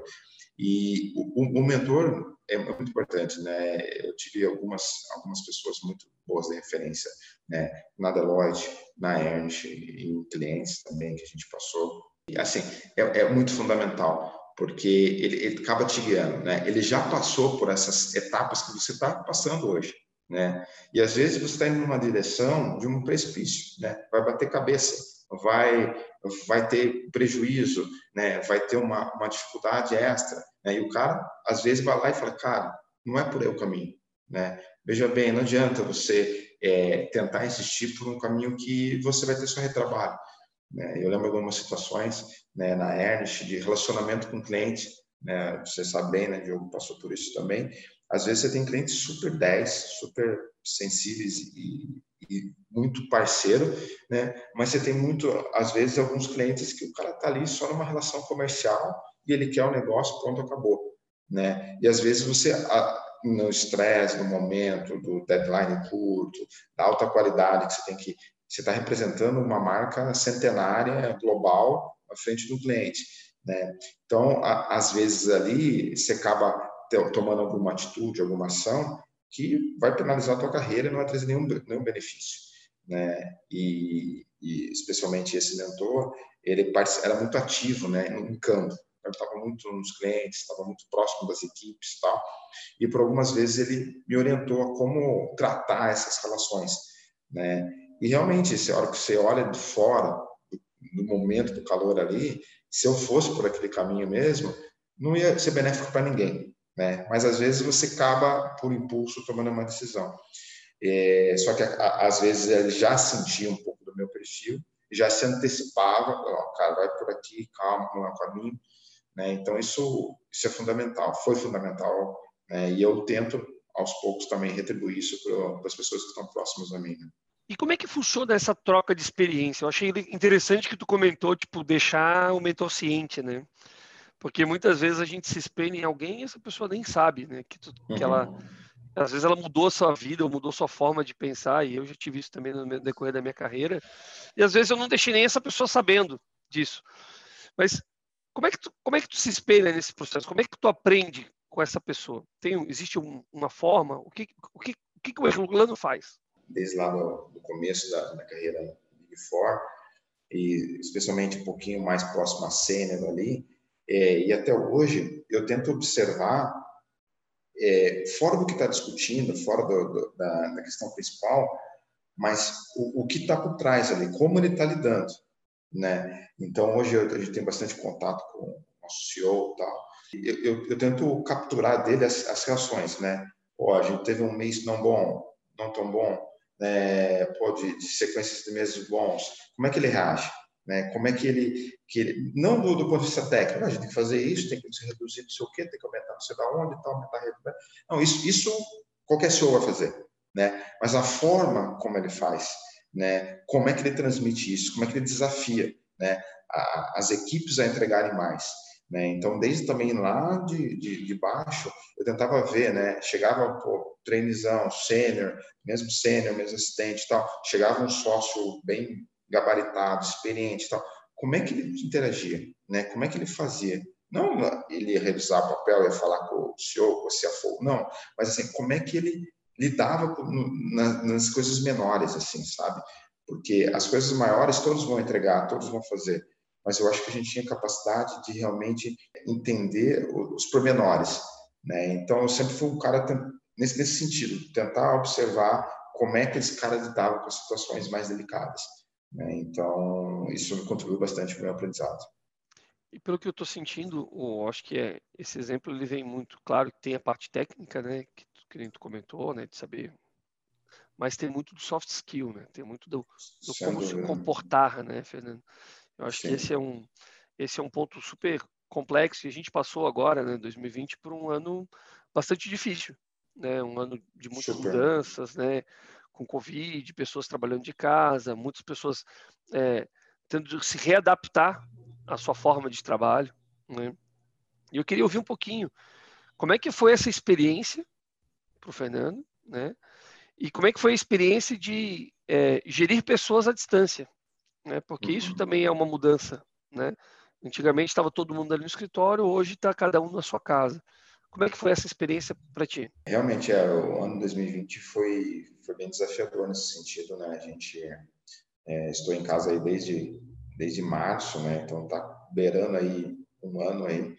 E o, o mentor é muito importante, né? Eu tive algumas algumas pessoas muito boas de referência, né? Na Deloitte, na Ernst, em clientes também que a gente passou. E, assim, é, é muito fundamental, porque ele, ele acaba te guiando, né? Ele já passou por essas etapas que você está passando hoje, né? E às vezes você está indo numa direção de um precipício, né? Vai bater cabeça, vai vai ter prejuízo, né? Vai ter uma, uma dificuldade extra, né? E o cara às vezes vai lá e fala, cara, não é por aí o caminho, né? Veja bem, não adianta você é, tentar insistir por um caminho que você vai ter só retrabalho. Né? Eu lembro de algumas situações, né, na Ernst, de relacionamento com cliente, né? Você sabe bem, né, Diogo passou por isso também. Às vezes você tem clientes super dez, super sensíveis e, e muito parceiro, né? Mas você tem muito, às vezes, alguns clientes que o cara tá ali só numa relação comercial e ele quer o negócio, pronto, acabou, né? E às vezes você no estresse, no momento do deadline curto, da alta qualidade que você tem que você está representando uma marca centenária global à frente do cliente, né? Então, a, às vezes ali você acaba te, tomando alguma atitude, alguma ação que vai penalizar a tua carreira e não vai trazer nenhum, nenhum benefício, né? E, e especialmente esse mentor, ele era muito ativo, né, em campo. Ele estava muito nos clientes, estava muito próximo das equipes e tal. E por algumas vezes ele me orientou a como tratar essas relações, né? E realmente, a hora que você olha de fora, no momento do calor ali, se eu fosse por aquele caminho mesmo, não ia ser benéfico para ninguém, né? Mas às vezes você acaba, por impulso, tomando uma decisão. É, só que a, às vezes ele já sentia um pouco do meu perfil, já se antecipava, ó, cara, vai por aqui, calma, não é o caminho, né? Então isso, isso é fundamental, foi fundamental, né? E eu tento aos poucos também retribuir isso para as pessoas que estão próximas a mim, né?
E como é que funciona essa troca de experiência? Eu achei interessante que tu comentou, tipo, deixar o mentor ciente, né? Porque muitas vezes a gente se espelha em alguém e essa pessoa nem sabe, né? Que, tu, que ela,
Uhum.
às vezes ela mudou a sua vida, ou mudou a sua forma de pensar, e eu já tive isso também no decorrer da minha carreira. E às vezes eu não deixei nem essa pessoa sabendo disso. Mas como é que tu, como é que tu se espelha nesse processo? Como é que tu aprende com essa pessoa? Tem, existe um, uma forma? O que o que o que, que o Herculano faz?
Desde lá no, no começo da, da carreira no Big Four, e especialmente um pouquinho mais próximo à sênior ali, é, e até hoje eu tento observar, é, fora do que está discutindo, fora do, do, da, da questão principal, mas o, o que está por trás ali, como ele está lidando, né? Então hoje eu, a gente tem bastante contato com o nosso C E O e tal, eu, eu, eu tento capturar dele as, as reações, né? Pô, a gente teve um mês não bom, não tão bom, né, pô, de, de sequências de meses bons, como é que ele reage? Né? Como é que ele, que ele não do, do ponto de vista técnico, a gente tem que fazer isso, tem que reduzir não sei o quê, tem que aumentar não sei da onde, tal, aumentar a rede. Não, isso, isso qualquer C E O vai fazer, né? Mas a forma como ele faz, né? Como é que ele transmite isso? Como é que ele desafia, né? A, as equipes a entregarem mais, né? Então, desde também lá de, de, de baixo, eu tentava ver, né? Chegava, pô, trainezão, sênior, mesmo sênior, mesmo assistente e tal, chegava um sócio bem gabaritado, experiente e tal. Como é que ele interagia, né? Como é que ele fazia? Não ele ia revisar o papel, ia falar com o C E O, com o C F O, não. Mas, assim, como é que ele lidava com, na, nas coisas menores, assim, sabe? Porque as coisas maiores todos vão entregar, todos vão fazer. Mas eu acho que a gente tinha capacidade de realmente entender os pormenores, né? Então, eu sempre fui um cara nesse, nesse sentido, tentar observar como é que esse cara lidava com as situações mais delicadas, né? Então, isso me contribuiu bastante para o meu aprendizado.
E pelo que eu estou sentindo, eu acho que é, esse exemplo ele vem muito claro que tem a parte técnica, né, que, que nem tu comentou, né, de saber, mas tem muito do soft skill, né, tem muito do, do
Sem
como se
dúvida.
comportar, né, Fernando? Eu acho que esse
Sim.
é um, esse é um ponto super complexo e a gente passou agora, né, dois mil e vinte, por um ano bastante difícil, né, um ano de muitas
Super.
mudanças, né, com Covid, pessoas trabalhando de casa, muitas pessoas é, tendo de se readaptar à sua forma de trabalho, né? E eu queria ouvir um pouquinho como é que foi essa experiência para o Fernando, né? E como é que foi a experiência de é, gerir pessoas à distância, né? Porque isso
Uhum.
também é uma mudança, né? Antigamente estava todo mundo ali no escritório, hoje está cada um na sua casa. Como é que foi essa experiência para ti?
Realmente, é, o ano dois mil e vinte foi, foi bem desafiador nesse sentido, né? A gente é, estou em casa aí desde, desde março, né? Então tá beirando aí um ano aí.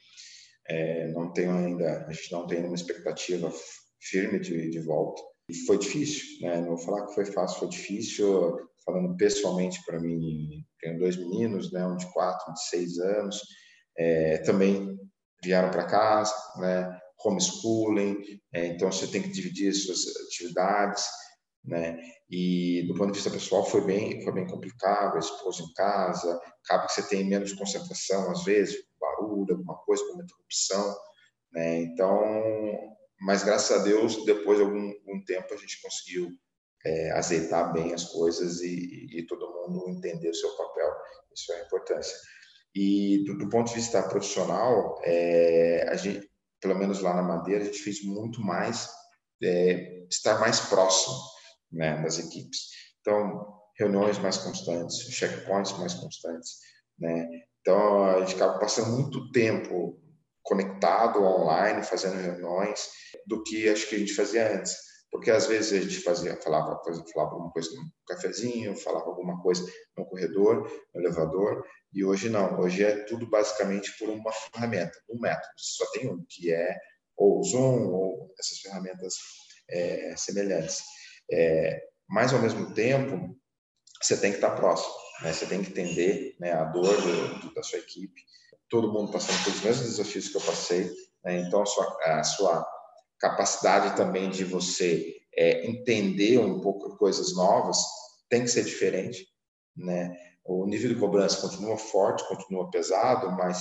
É, não tenho ainda, a gente não tem uma expectativa firme de, de volta. E foi difícil, né? Não vou falar que foi fácil, foi difícil. Falando pessoalmente para mim, tenho dois meninos, né? Um de quatro, um de seis anos. É, também vieram para casa, né? Homeschooling, é, então você tem que dividir as suas atividades, né? E do ponto de vista pessoal foi bem, foi bem complicado, a esposa em casa, acaba que você tem menos concentração às vezes, barulho, alguma coisa, alguma interrupção, né? Então, mas graças a Deus, depois de algum, algum tempo a gente conseguiu é, azeitar bem as coisas e, e, e todo mundo entender o seu papel. Isso é a importância. E do, do ponto de vista profissional, é, a gente, pelo menos lá na Madeira, a gente fez muito mais é, estar mais próximo, né, das equipes. Então, reuniões mais constantes, checkpoints mais constantes, né? Então, a gente acaba passando muito tempo conectado online, fazendo reuniões, do que acho que a gente fazia antes. Porque às vezes a gente fazia, falava, falava alguma coisa no cafezinho, falava alguma coisa no corredor, no elevador, e hoje não. Hoje é tudo basicamente por uma ferramenta, um método. Só tem um, que é ou o Zoom, ou essas ferramentas é, semelhantes. É, mas, ao mesmo tempo, você tem que estar próximo, né? Você tem que entender, né, a dor do, do, da sua equipe. Todo mundo passando pelos mesmos desafios que eu passei, né? Então, a sua, a sua capacidade também de você é, entender um pouco coisas novas tem que ser diferente, né? O nível de cobrança continua forte, continua pesado, mas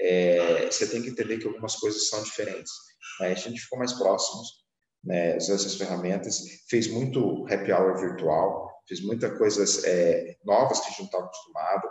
é, você tem que entender que algumas coisas são diferentes. Né? A gente ficou mais próximos, né, usando essas ferramentas, fez muito happy hour virtual, fez muitas coisas é, novas que a gente não estava acostumado,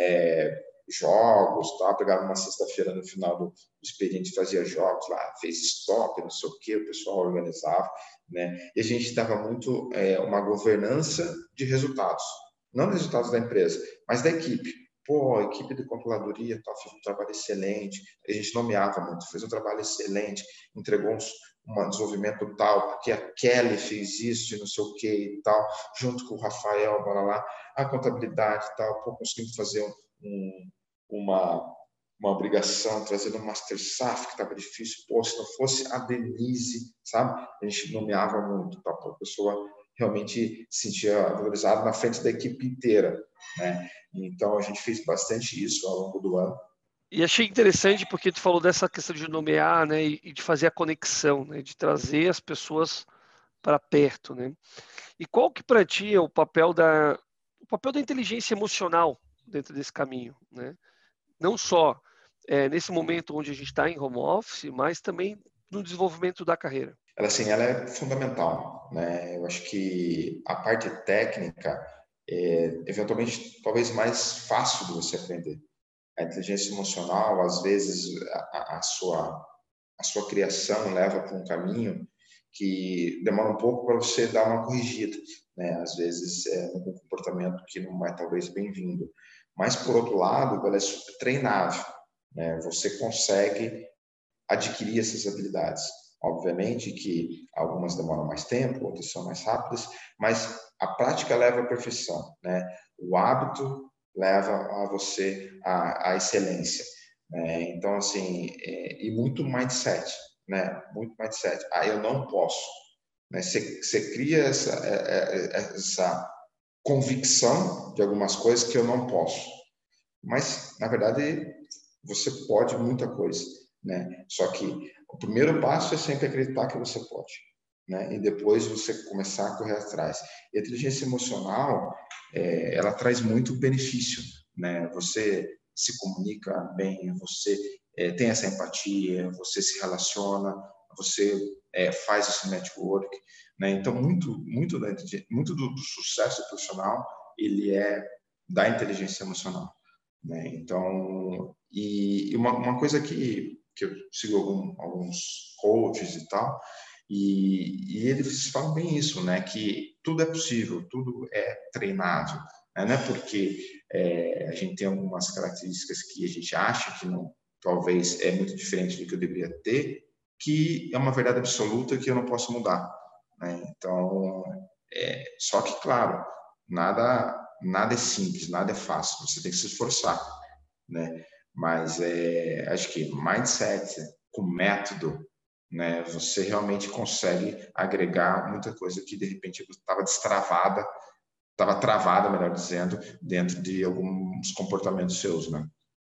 é, jogos, tá? Pegava uma sexta-feira no final do, do expediente, fazia jogos lá, fez stop, não sei o que, o pessoal organizava, né? E a gente dava muito é, uma governança de resultados, não resultados da empresa, mas da equipe. Pô, a equipe de controladoria tá, fez um trabalho excelente, a gente nomeava muito, fez um trabalho excelente, entregou uns, um desenvolvimento tal, porque a Kelly fez isso e não sei o que e tal, junto com o Rafael, bora lá, a contabilidade e tal, pô, conseguimos fazer um, um, uma, uma obrigação, trazendo o Master Saf, que estava difícil, pô, se não fosse a Denise, sabe? A gente nomeava muito, tá? Pô, a pessoa realmente se sentia valorizada na frente da equipe inteira, né? Então, a gente fez bastante isso ao longo do ano.
E achei interessante porque tu falou dessa questão de nomear, né, e de fazer a conexão, né, de trazer as pessoas para perto, né? E qual que para ti é o papel da o papel da inteligência emocional dentro desse caminho, né? Não só é, nesse momento onde a gente está em home office, mas também no desenvolvimento da carreira.
Ela, assim, ela é fundamental, né? Eu acho que a parte técnica é, eventualmente, talvez mais fácil de você aprender. A inteligência emocional, às vezes, a, a sua, a sua criação leva para um caminho que demora um pouco para você dar uma corrigida, né? Às vezes, é um comportamento que não é talvez bem-vindo. Mas, por outro lado, ela é super treinável, né? Você consegue adquirir essas habilidades. Obviamente que algumas demoram mais tempo, outras são mais rápidas, mas a prática leva à perfeição, né? O hábito leva a você à, à excelência, né? Então, assim, é, e muito mindset, né? Muito mindset. Ah, eu não posso, né? Você, você cria essa, essa convicção de algumas coisas que eu não posso, mas na verdade você pode muita coisa, né? Só que o primeiro passo é sempre acreditar que você pode, né? E depois você começar a correr atrás. E a inteligência emocional, é, ela traz muito benefício, né? Você se comunica bem, você é, tem essa empatia, você se relaciona, você é, faz esse network, né? Então muito, muito, da, muito do, do sucesso profissional ele é da inteligência emocional, né? Então, e, e uma, uma coisa que, que eu sigo algum, alguns coaches e tal, e, e eles falam bem isso, né? Que tudo é possível, tudo é treinável, né? Não é porque é, a gente tem algumas características que a gente acha que não, talvez é muito diferente do que eu deveria ter, que é uma verdade absoluta que eu não posso mudar, né? Então, é, só que, claro, nada nada é simples, nada é fácil, você tem que se esforçar, né? Mas é, acho que mindset com método, né? Você realmente consegue agregar muita coisa que de repente estava destravada, estava travada, melhor dizendo, dentro de alguns comportamentos seus, né?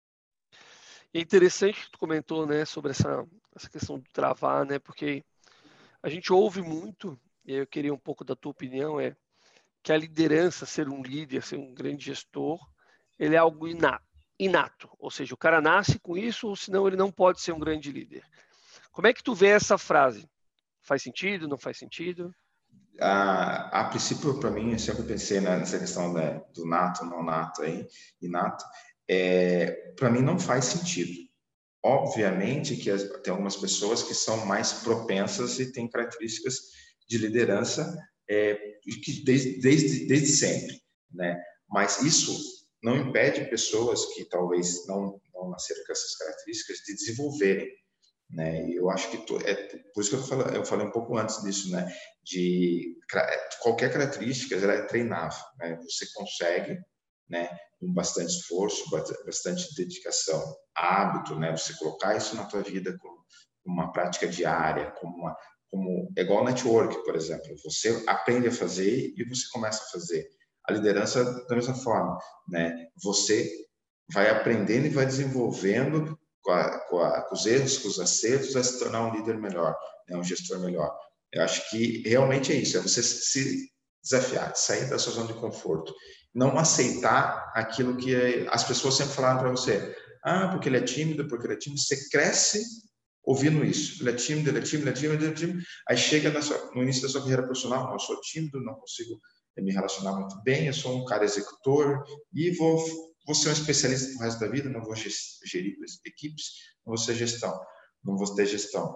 É interessante que tu comentou, né, sobre essa, essa questão do travar, né, porque a gente ouve muito, e eu queria um pouco da tua opinião, é que a liderança, ser um líder, ser um grande gestor, ele é algo inato, inato, ou seja, o cara nasce com isso, ou senão ele não pode ser um grande líder. Como é que tu vê essa frase? Faz sentido, não faz sentido?
A, a princípio, para mim, eu sempre pensei nessa questão, né, do nato, não nato, aí, inato, é, para mim não faz sentido. Obviamente que tem algumas pessoas que são mais propensas e têm características de liderança é, que desde, desde, desde sempre, né? Mas isso não impede pessoas que talvez não, não nasceram com essas características de desenvolverem, né? E eu acho que to, é por isso que eu falei, eu falei um pouco antes disso, né? De qualquer característica ela é treinável, né? Você consegue, né? Com bastante esforço, bastante dedicação, hábito, né? Você colocar isso na tua vida como uma prática diária, como uma, como é igual network, por exemplo. Você aprende a fazer e você começa a fazer. A liderança da mesma forma, né? Você vai aprendendo e vai desenvolvendo com, a, com, a, com os erros, com os acertos, a se tornar um líder melhor, né? Um gestor melhor. Eu acho que realmente é isso, é você se desafiar, sair da sua zona de conforto, não aceitar aquilo que as pessoas sempre falaram para você. Ah, porque ele é tímido, porque ele é tímido. Você cresce ouvindo isso. Ele é tímido, ele é tímido, ele é tímido, ele é tímido. Aí chega sua, no início da sua carreira profissional, não, eu sou tímido, não consigo me relacionar muito bem, eu sou um cara executor e vou, vou ser um especialista pro resto da vida, não vou gerir equipes, não vou ser gestão, não vou ter gestão.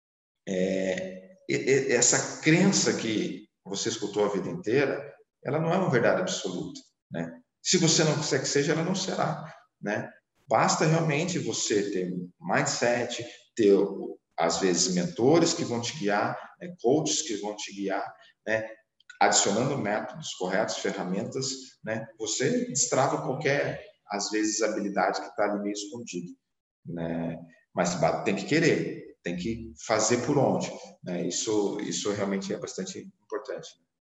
É, essa crença que você escutou a vida inteira, ela não é uma verdade absoluta, né? Se você não quiser que seja, ela não será, né? Basta realmente você ter mindset, ter às vezes mentores que vão te guiar, né? Coaches que vão te guiar, né? Adicionando métodos corretos, ferramentas, né? Você destrava qualquer, às vezes, habilidade que está ali meio escondida, né? Mas tem que querer, tem que fazer por onde, né? Isso, isso realmente é bastante importante.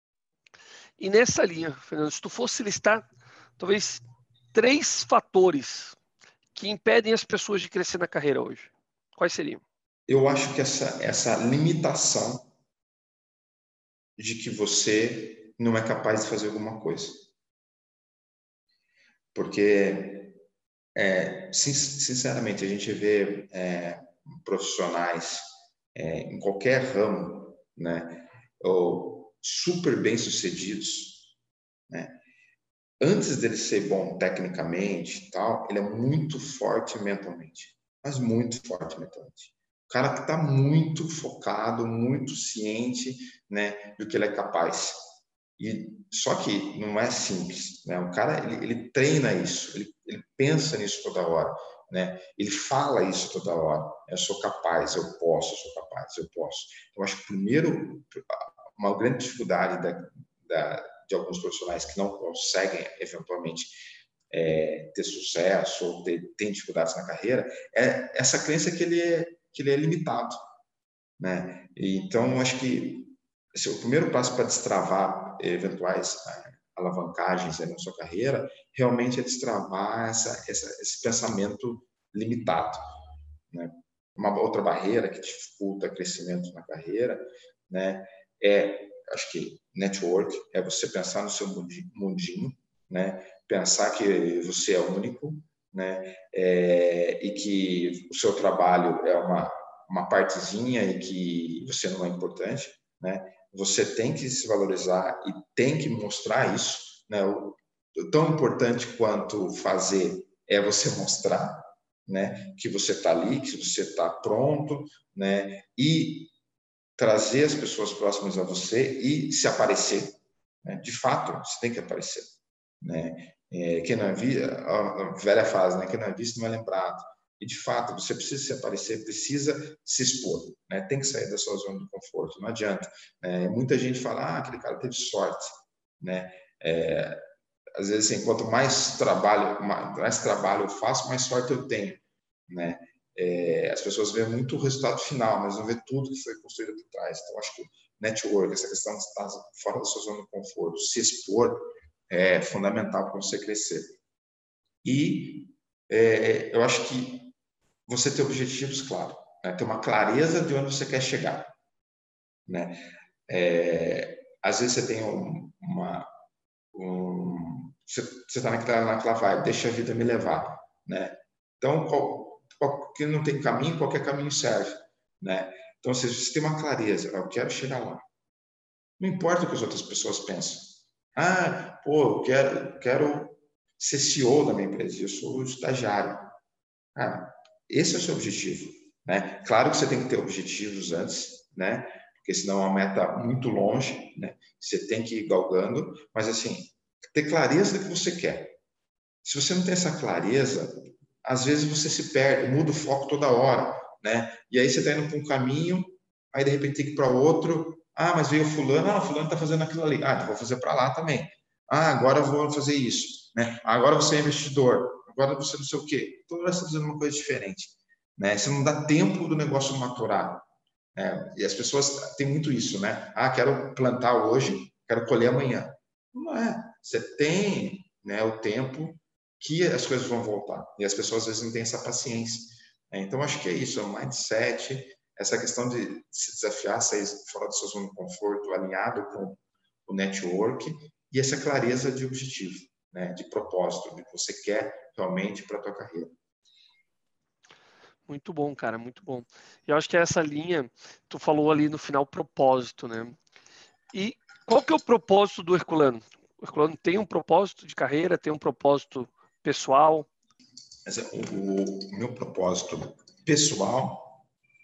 E nessa linha, Fernando, se tu fosse listar talvez três fatores que impedem as pessoas de crescer na carreira hoje, quais seriam?
Eu acho que essa, essa limitação de que você não é capaz de fazer alguma coisa. Porque, é, sinceramente, a gente vê é, profissionais é, em qualquer ramo, né, ou super bem-sucedidos, né, antes dele ser bom tecnicamente e tal, ele é muito forte mentalmente, mas muito forte mentalmente. O cara que está muito focado, muito ciente, né, do que ele é capaz. E só que não é simples, né? O cara ele, ele treina isso, ele, ele pensa nisso toda hora, né? Ele fala isso toda hora. Eu sou capaz, eu posso, eu sou capaz, eu posso. Eu acho que primeiro uma grande dificuldade da, da, de alguns profissionais que não conseguem eventualmente é, ter sucesso ou ter, ter dificuldades na carreira é essa crença que ele é, que ele é limitado, né? E, então acho que esse é o primeiro passo para destravar eventuais alavancagens na sua carreira, realmente é destravar essa, essa, esse pensamento limitado, né? Uma outra barreira que dificulta o crescimento na carreira, né, é, acho que network, é você pensar no seu mundinho, né, pensar que você é único, né, é, e que o seu trabalho é uma, uma partezinha e que você não é importante, né, você tem que se valorizar e tem que mostrar isso, né, o, tão importante quanto fazer é você mostrar, né, que você está ali, que você está pronto, né, e trazer as pessoas próximas a você e se aparecer, né? De fato, você tem que aparecer, né? É, quem não é vi, a velha frase, né? Quem não é visto não é lembrado. E de fato, você precisa se aparecer, precisa se expor, né? Tem que sair da sua zona de conforto, não adianta. É, muita gente fala, ah, aquele cara teve sorte, né? É, às vezes, assim, quanto mais trabalho, mais trabalho eu faço, mais sorte eu tenho, né? É, as pessoas veem muito o resultado final, mas não vê tudo que foi construído por trás. Então, acho que o network, essa questão de estar fora da sua zona de conforto, se expor, é fundamental para você crescer. E é, eu acho que você ter objetivos claros, né? Ter uma clareza de onde você quer chegar, né? É, às vezes você tem um, uma um, você está naquela, naquela vibe, deixa a vida me levar, né? Então, qual, qual, que não tem caminho, qualquer caminho serve, né? Então, ou seja, você tem uma clareza, eu quero chegar lá. Não importa o que as outras pessoas pensam. Ah, pô, eu quero, quero ser C E O da minha empresa, eu sou estagiário. Ah, esse é o seu objetivo, né? Claro que você tem que ter objetivos antes, né? Porque senão é uma meta muito longe, né? Você tem que ir galgando, mas assim, ter clareza do que você quer. Se você não tem essa clareza, às vezes você se perde, muda o foco toda hora, né? E aí você está indo para um caminho, aí de repente tem que ir para outro. Ah, mas veio fulano, ah, fulano está fazendo aquilo ali. Ah, então vou fazer para lá também. Ah, agora eu vou fazer isso, né? Agora você é investidor, agora você não sei o quê. Toda hora você está fazendo uma coisa diferente, né? Você não dá tempo do negócio maturar. Né? E as pessoas têm muito isso, né? Ah, quero plantar hoje, quero colher amanhã. Não é. Você tem, né, o tempo que as coisas vão voltar. E as pessoas às vezes não têm essa paciência. Né? Então, acho que é isso, é o mindset, essa questão de se desafiar, sair fora da sua zona de conforto, alinhado com o network e essa clareza de objetivo, né, de propósito, do que você quer realmente para a tua carreira.
Muito bom, cara, muito bom. Eu acho que essa linha, tu falou ali no final, propósito, né? E qual que é o propósito do Herculano? O Herculano tem um propósito de carreira, tem um propósito pessoal?
O, o meu propósito pessoal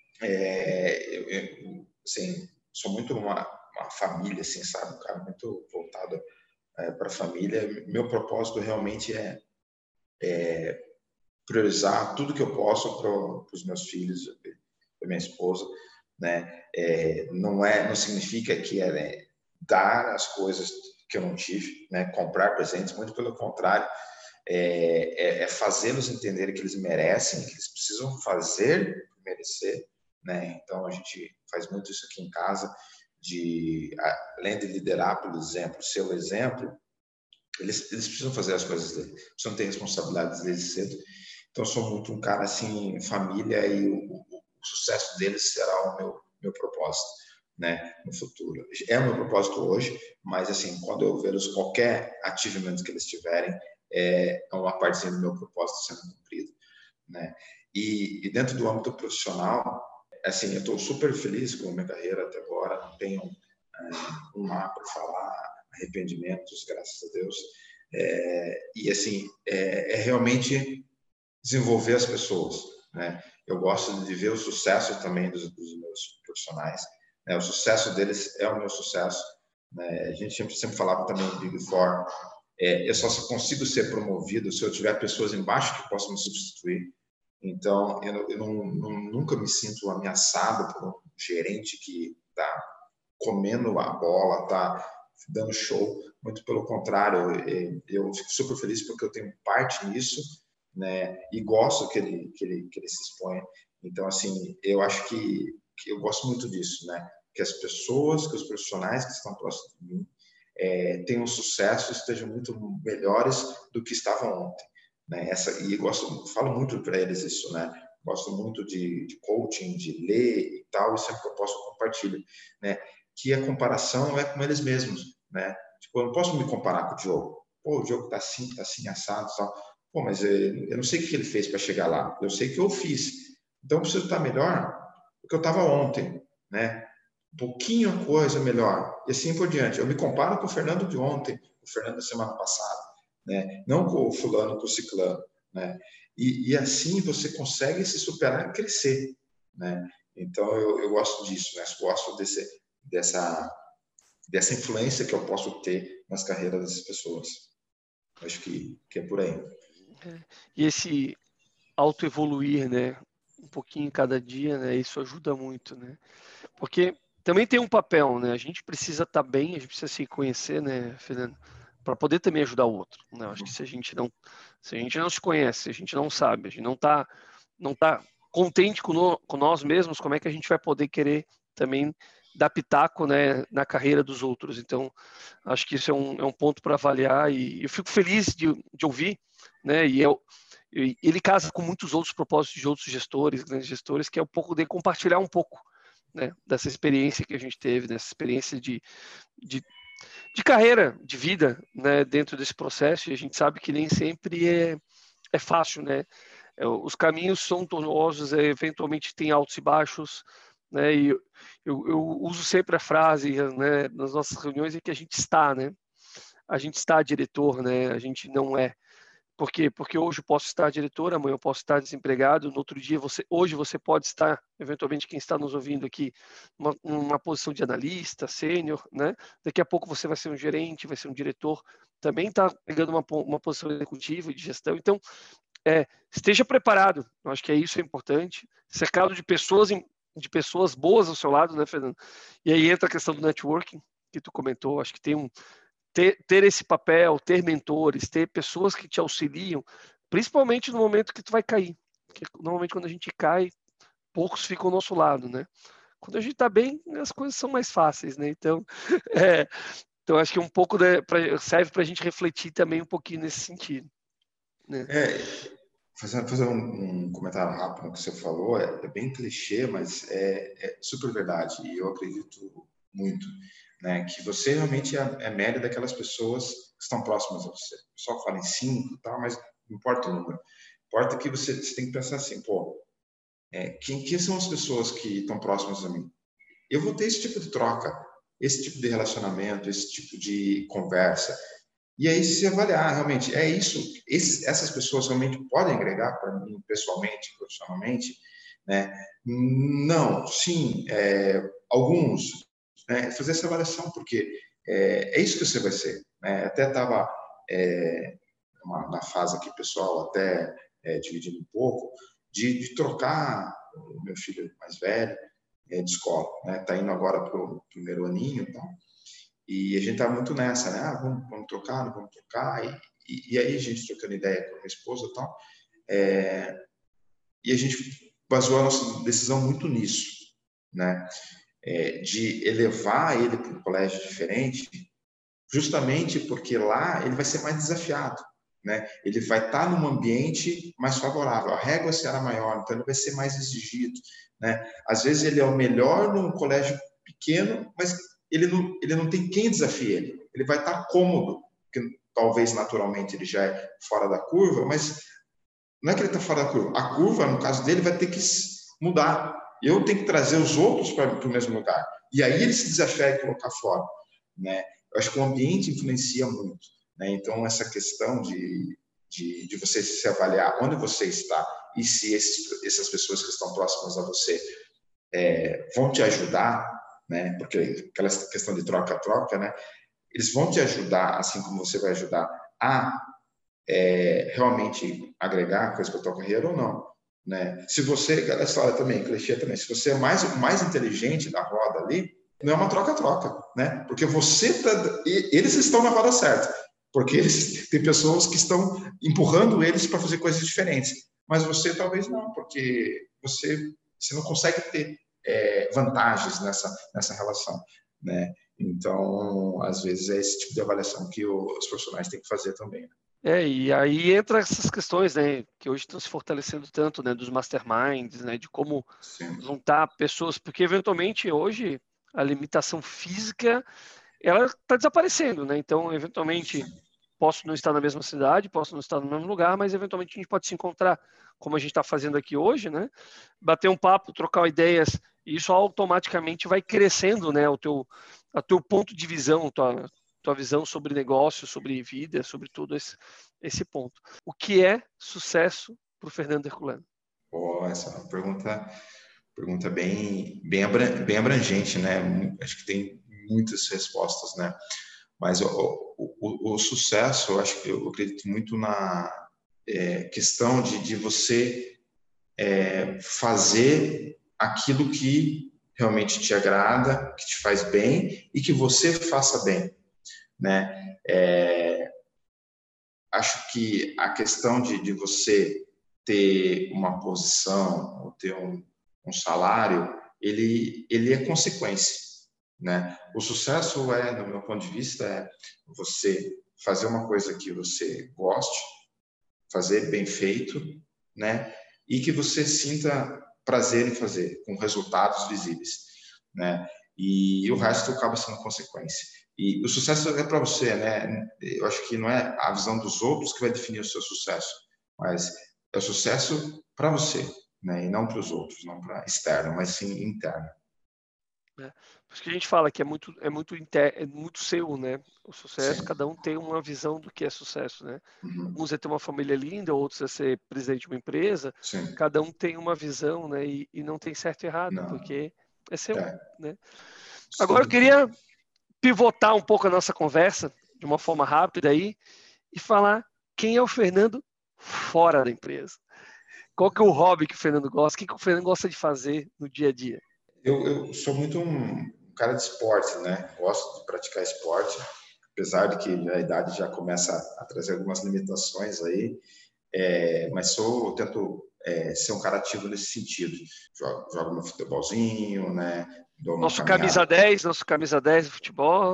é, eu, eu, assim, sou muito uma, uma família, assim, sabe, um cara muito voltado é, para a família. Meu propósito realmente é, é priorizar tudo que eu posso para os meus filhos, para minha esposa, né? É, não é, não significa que é né, dar as coisas que eu não tive, né? Comprar presentes, muito pelo contrário, é, é, é fazê-los entenderem que eles merecem, que eles precisam fazer merecer, né? Então a gente faz muito isso aqui em casa, de além de liderar pelo exemplo, ser o exemplo, eles, eles precisam fazer as coisas deles, precisam ter responsabilidades desde cedo. Então, eu sou muito um cara assim, família, e o, o, o sucesso deles será o meu, meu propósito, né, no futuro. É o meu propósito hoje, mas assim, quando eu vejo qualquer achievement que eles tiverem, é uma partezinha do meu propósito sendo cumprido, né? E, e dentro do âmbito profissional, assim, eu estou super feliz com a minha carreira até agora, não tenho é, um mar para falar, arrependimentos, graças a Deus. É, e assim, é, é realmente desenvolver as pessoas, né? Eu gosto de ver o sucesso também dos, dos meus profissionais, né? O sucesso deles é o meu sucesso, né? A gente sempre, sempre falava também do Big Four, é, eu só consigo ser promovido se eu tiver pessoas embaixo que possam me substituir. Então, eu, eu não, não, nunca me sinto ameaçado por um gerente que está comendo a bola, está dando show. Muito pelo contrário, eu, eu fico super feliz porque eu tenho parte nisso, né? E gosto que ele, que ele, que ele se exponha. Então, assim, eu acho que, que eu gosto muito disso, né? Que as pessoas, que os profissionais que estão próximos de mim é, tenham sucesso, estejam muito melhores do que estavam ontem, né? Essa, e gosto, falo muito para eles isso, né? Gosto muito de, de coaching, de ler e tal, e sempre que eu posso compartilho, né? Que a comparação é com eles mesmos, né? Tipo, eu não posso me comparar com o Diogo. Pô, o Diogo tá assim, tá assim, assado, tal. Pô, mas eu não sei o que ele fez para chegar lá. Eu sei que eu fiz. Então, eu preciso estar melhor do que eu estava ontem, né? Um pouquinho coisa melhor. E assim por diante. Eu me comparo com o Fernando de ontem, o Fernando da semana passada, né? Não com o fulano, com o ciclano, né? E, e assim você consegue se superar e crescer, né? Então, eu, eu gosto disso, né? Eu gosto desse, dessa, dessa influência que eu posso ter nas carreiras dessas pessoas. Acho que, que é por aí.
É. E esse autoevoluir, né? Um pouquinho cada dia, né? Isso ajuda muito, né? Porque também tem um papel, né? A gente precisa estar bem, a gente precisa se conhecer, né, Fernando? Para poder também ajudar o outro. Né? Eu acho que se a gente não, se a gente não se conhece, se a gente não sabe, a gente não está não tá contente com, no, com nós mesmos, como é que a gente vai poder querer também dar pitaco, né, na carreira dos outros? Então, acho que isso é um, é um ponto para avaliar e eu fico feliz de, de ouvir, né? E eu, ele casa com muitos outros propósitos de outros gestores, grandes gestores, que é um pouco de compartilhar um pouco, né, dessa experiência que a gente teve, dessa experiência de, de, de carreira, de vida, né, dentro desse processo. E a gente sabe que nem sempre é, é fácil, né? É, os caminhos são tortuosos, é, eventualmente tem altos e baixos, né? E eu, eu, eu uso sempre a frase, né, nas nossas reuniões, é que a gente está, né? A gente está diretor, né? A gente não é. Por quê? Porque hoje eu posso estar diretor, amanhã eu posso estar desempregado, no outro dia você, hoje você pode estar, eventualmente quem está nos ouvindo aqui, numa, numa posição de analista, sênior, né? Daqui a pouco você vai ser um gerente, vai ser um diretor, também está pegando uma, uma posição executiva de gestão. Então, é, esteja preparado. Eu acho que é isso é importante. Cercado de pessoas, de pessoas boas ao seu lado, né, Fernando? E aí entra a questão do networking que tu comentou. Acho que tem um Ter, ter esse papel, ter mentores, ter pessoas que te auxiliam, principalmente no momento que tu vai cair. Porque normalmente quando a gente cai, poucos ficam ao nosso lado, né? Quando a gente tá bem, as coisas são mais fáceis, né? Então, é, então acho que um pouco de, pra, serve para a gente refletir também um pouquinho nesse sentido, né?
É, fazer, fazer um, um comentário rápido no que você falou, é, é bem clichê, mas é, é super verdade, e eu acredito muito, né, que você realmente é, é média daquelas pessoas que estão próximas a você. O pessoal fala em cinco e tal, mas não importa o número. Importa que você, você tem que pensar assim, pô, é, quem, quem são as pessoas que estão próximas a mim? Eu vou ter esse tipo de troca, esse tipo de relacionamento, esse tipo de conversa. E aí se avaliar realmente, é isso, esse, essas pessoas realmente podem agregar para mim pessoalmente, profissionalmente, né? Não, sim, é, alguns, né? Fazer essa avaliação, porque é, é isso que você vai ser, né? Até estava é, na fase aqui pessoal, até é, dividindo um pouco, de, de trocar o meu filho mais velho é, de escola, né? Está indo agora para o primeiro aninho, então. E a gente tá muito nessa, né? Ah, vamos, vamos trocar, não vamos trocar. E, e, e aí a gente trocando ideia com a minha esposa e tal. É, e a gente baseou a nossa decisão muito nisso, né? É, de elevar ele para um colégio diferente, justamente porque lá ele vai ser mais desafiado, né? Ele vai estar num ambiente mais favorável. A régua será maior, então ele vai ser mais exigido, né? Às vezes ele é o melhor num colégio pequeno, mas ele não, ele não tem quem desafie ele. Ele vai estar cômodo, porque talvez naturalmente ele já é fora da curva, mas não é que ele está fora da curva. A curva, no caso dele, vai ter que mudar. Eu tenho que trazer os outros para o mesmo lugar. E aí ele se desafiar e colocar fora, né? Eu acho que o ambiente influencia muito, né? Então, essa questão de, de, de você se avaliar onde você está e se esses, essas pessoas que estão próximas a você é, vão te ajudar, né? Porque aquela questão de troca-troca, né? Eles vão te ajudar, assim como você vai ajudar a é, realmente agregar coisa para a tua carreira ou não, né? Se você, aquela história também, clichê também, se você é mais o mais inteligente da roda ali, não é uma troca-troca, né? Porque você tá, eles estão na roda certa, porque eles tem pessoas que estão empurrando eles para fazer coisas diferentes, mas você talvez não, porque você você não consegue ter é, vantagens nessa nessa relação, né? Então, às vezes é esse tipo de avaliação que os profissionais têm que fazer também.
É, e aí entra essas questões, né, que hoje estão se fortalecendo tanto, né, dos masterminds, né, de como
Sim.
juntar pessoas, porque eventualmente hoje a limitação física, ela está desaparecendo, né, então eventualmente posso não estar na mesma cidade, posso não estar no mesmo lugar, mas eventualmente a gente pode se encontrar, como a gente está fazendo aqui hoje, né, bater um papo, trocar ideias, e isso automaticamente vai crescendo, né, o teu, o teu ponto de visão, tua, tua visão sobre negócio, sobre vida, sobre tudo esse, esse ponto. O que é sucesso para o Fernando Herculano?
Oh, essa é uma pergunta, pergunta bem, bem, bem abrangente, né? Acho que tem muitas respostas, né? Mas o, o, o, o sucesso, eu acho que eu acredito muito na é, questão de, de você é, fazer aquilo que realmente te agrada, que te faz bem e que você faça bem, né? É, acho que a questão de, de você ter uma posição ou ter um, um salário, ele, ele é consequência, né? O sucesso é, no meu ponto de vista, é você fazer uma coisa que você goste, fazer bem feito, né? E que você sinta prazer em fazer, com resultados visíveis, né? E o resto acaba sendo consequência. E o sucesso é para você, né? Eu acho que não é a visão dos outros que vai definir o seu sucesso, mas é o sucesso para você, né? E não para os outros, não para externo, mas sim interno.
É. Por isso que a gente fala que é muito, é muito, inter, é muito seu, né? O sucesso,
Sim.
cada um tem uma visão do que é sucesso, né?
Uhum.
Uns é ter uma família linda, outros é ser presidente de uma empresa.
Sim.
Cada um tem uma visão, né? E, e não tem certo e errado,
Não.
porque é seu,
É.
né? Agora eu
Sim.
queria pivotar um pouco a nossa conversa de uma forma rápida aí e falar quem é o Fernando fora da empresa. Qual que é o hobby que o Fernando gosta? O que, que o Fernando gosta de fazer no dia a dia?
Eu, eu sou muito um cara de esporte, né? Gosto de praticar esporte, apesar de que a idade já começa a trazer algumas limitações aí, é, mas sou, tento é, ser um cara ativo nesse sentido. Jogo, jogo meu futebolzinho, né? Dou uma
Nosso camisa
caminhada.
dez, nosso camisa dez de futebol.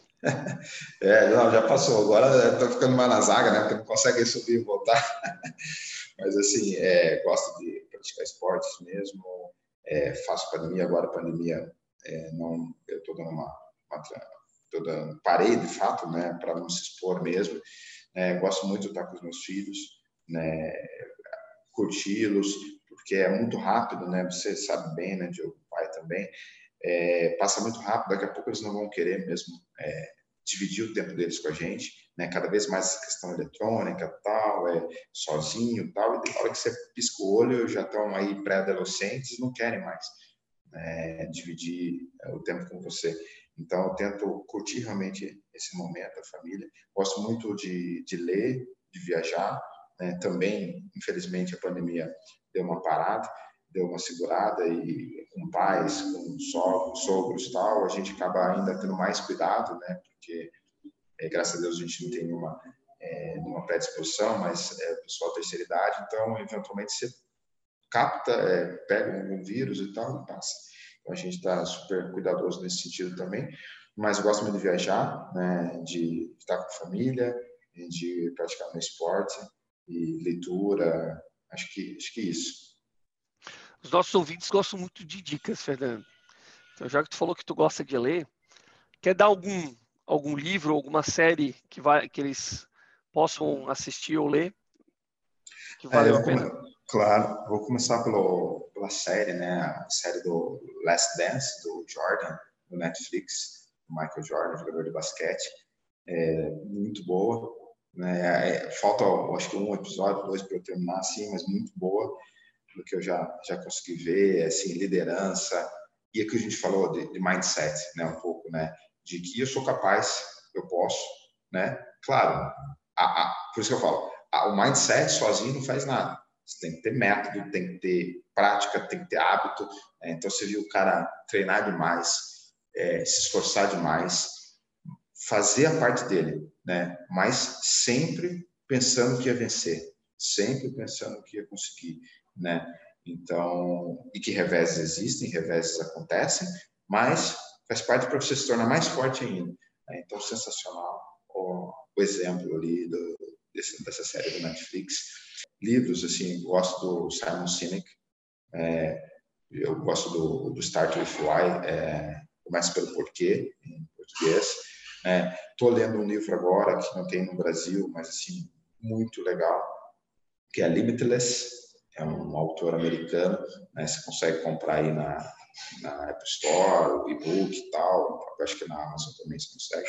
É, não, já passou. Agora estou ficando mais na zaga, né? Porque não consegue subir e voltar. Mas assim, é, gosto de praticar esportes mesmo. É, faço pandemia agora, pandemia é, não, eu estou dando uma, uma tô dando, parei de fato, né, para não se expor mesmo. É, gosto muito de estar com os meus filhos, né, curti-los, porque é muito rápido, né? Você sabe bem, né, Diogo, pai também. É, passa muito rápido, daqui a pouco eles não vão querer mesmo é, dividir o tempo deles com a gente, né? Cada vez mais essa questão eletrônica, tal, é sozinho, tal, e na hora que você pisca o olho, já estão aí pré-adolescentes, não querem mais é, dividir o tempo com você. Então, eu tento curtir realmente esse momento, a família. Gosto muito de, de ler, de viajar, né? Também, infelizmente, a pandemia deu uma parada, deu uma segurada e com pais, com sogros, sogros tal, a gente acaba ainda tendo mais cuidado, né? Porque, é, graças a Deus, a gente não tem nenhuma, é, nenhuma predisposição, mas é pessoal da terceira idade, então, eventualmente, você capta, é, pega algum vírus e tal e passa. Então, a gente está super cuidadoso nesse sentido também, mas eu gosto muito de viajar, né? De estar com a família, de praticar meu esporte e leitura, acho que, acho que isso.
Os nossos ouvintes gostam muito de dicas, Fernando. Então, já que tu falou que tu gosta de ler, quer dar algum, algum livro, alguma série que, vai, que eles possam assistir ou ler, que
É,
valeu
eu
a
come...
pena?
Claro, vou começar pelo, pela série, né? A série do Last Dance, do Jordan, do Netflix, do Michael Jordan, jogador de basquete. É muito boa, né? É, falta, acho que um episódio, dois para eu terminar, assim, mas muito boa, do que eu já, já consegui ver, assim, liderança, e o que a gente falou de, de mindset, né? Um pouco, né? De que eu sou capaz, eu posso, né? Claro, a, a, por isso que eu falo, a, o mindset sozinho não faz nada. Você tem que ter método, tem que ter prática, tem que ter hábito. Né? Então, você viu o cara treinar demais, é, se esforçar demais, fazer a parte dele, né? Mas sempre pensando que ia vencer, sempre pensando que ia conseguir, né? Então, e que reveses existem, reveses acontecem, mas faz parte para você se tornar mais forte ainda. Né? Então, sensacional o, o exemplo ali do, desse, dessa série do Netflix. Livros, assim, gosto do Simon Sinek, é, eu gosto do, do Start With Why, é, começa pelo porquê, em português. Estou é, lendo um livro agora que não tem no Brasil, mas assim, muito legal, que é Limitless, é um autor americano, né, você consegue comprar aí na, na App Store, o e-book e tal, eu acho que na Amazon também você consegue.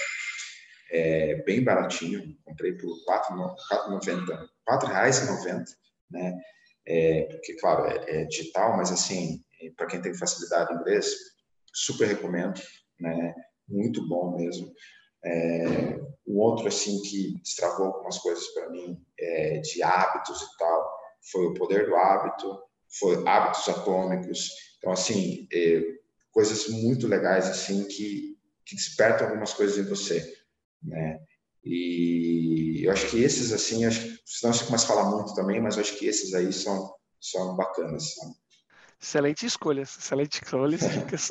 É bem baratinho, comprei por quatro reais e noventa centavos, né? É, porque, claro, é, é digital, mas assim, para quem tem facilidade em inglês, super recomendo, né? Muito bom mesmo. É, um outro assim que destravou algumas coisas para mim é, de hábitos e tal foi O Poder do Hábito, foi Hábitos Atômicos. Então assim, é, coisas muito legais assim que, que despertam algumas coisas em você, né? E eu acho que esses assim, acho que, senão você começa a falar muito também, mas eu acho que esses aí são são bacanas. São...
Excelente escolhas, excelente escolhas, dicas.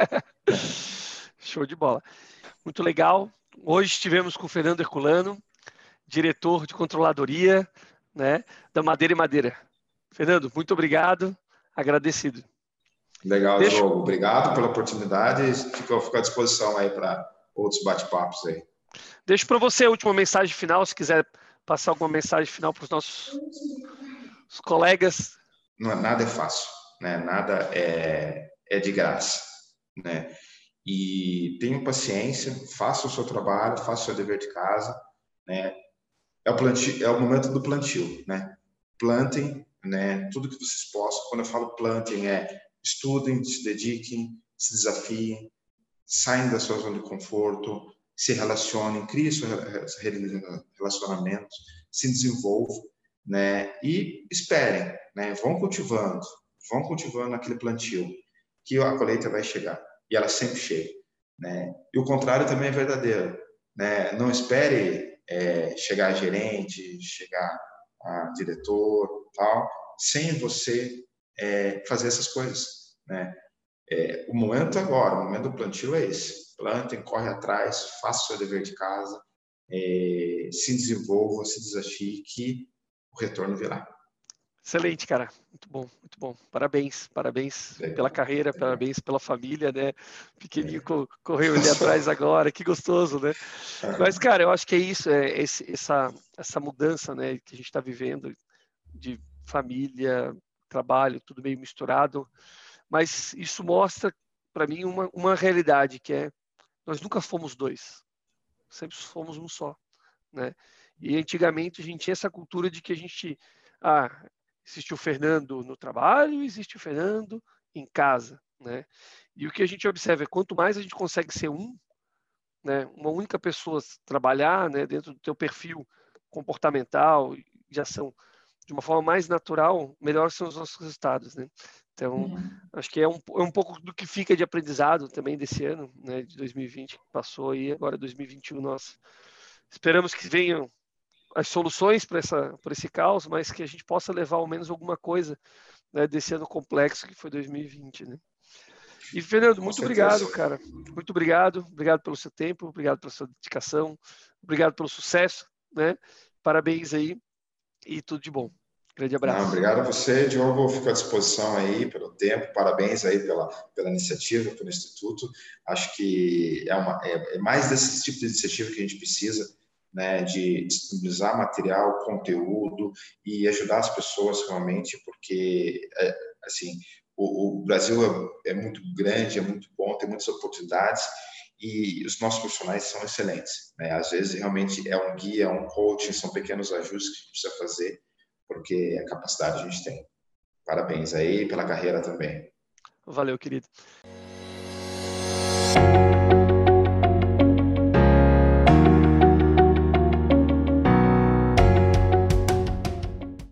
Show de bola. Muito legal. Hoje estivemos com o Fernando Herculano, diretor de controladoria, né, da Madeira e Madeira. Fernando, muito obrigado, agradecido.
Legal,
Deixo,
Diogo. Obrigado pela oportunidade. Fico, fico à disposição aí para outros bate-papos aí.
deixo para você a última mensagem final, se quiser passar alguma mensagem final para os nossos os colegas.
Não, nada é fácil, né? Nada é, é de graça, né? E tenha paciência, faça o seu trabalho, faça o seu dever de casa, né? É o plantio, é o momento do plantio, né? Plantem, né? Tudo que vocês possam. Quando eu falo plantem, é estudem, se dediquem, se desafiem, saiam da sua zona de conforto, se relacionem, criem seus relacionamentos, se desenvolvam, né? E esperem, né? Vão cultivando, vão cultivando aquele plantio, que a colheita vai chegar, e ela sempre chega, né? E o contrário também é verdadeiro, né? Não espere é, chegar a gerente, chegar a diretor, tal, sem você é, fazer essas coisas, né? É, o momento agora, o momento do plantio é esse. Plantem, corre atrás, faça o seu dever de casa, é, se desenvolva, se desafie, que o retorno virá.
Excelente, cara. Muito bom, muito bom. Parabéns, parabéns pela
Legal,
carreira,
legal.
parabéns pela família, né? Pequenininho
É.
co correu ali atrás agora, que gostoso, né? Mas, cara, eu acho que é isso, é esse, essa, essa mudança, né, que a gente está vivendo de família, trabalho, tudo meio misturado. Mas isso mostra para mim uma, uma realidade que é nós nunca fomos dois, sempre fomos um só, né? E antigamente a gente tinha essa cultura de que a gente, ah, existe o Fernando no trabalho, existe o Fernando em casa, né? E o que a gente observa é quanto mais a gente consegue ser um, né, uma única pessoa trabalhar, né, dentro do teu perfil comportamental de ação de uma forma mais natural, melhores são os nossos resultados, né? Então,
Uhum.
acho que é um, é um pouco do que fica de aprendizado também desse ano, né, de dois mil e vinte, que passou aí, agora dois mil e vinte e um, nós esperamos que venham as soluções para essa para esse caos, mas que a gente possa levar ao menos alguma coisa, né, desse ano complexo que foi dois mil e vinte, né? E Fernando,
Com
muito
certeza.
obrigado, cara. Muito obrigado, obrigado pelo seu tempo, obrigado pela sua dedicação, obrigado pelo sucesso, né? Parabéns aí e tudo de bom. Grande
Não,
abraço.
obrigado a você, Diogo. Fico à disposição aí pelo tempo. Parabéns aí pela, pela iniciativa, pelo Instituto. Acho que é, uma, é, é mais desse tipo de iniciativa que a gente precisa, né, de disponibilizar material, conteúdo e ajudar as pessoas realmente, porque, é, assim, o, o Brasil é, é muito grande, é muito bom, tem muitas oportunidades e os nossos profissionais são excelentes, né? Às vezes, realmente, é um guia, é um coaching, são pequenos ajustes que a gente precisa fazer, porque a capacidade a gente tem. Parabéns aí pela carreira também.
Valeu, querido.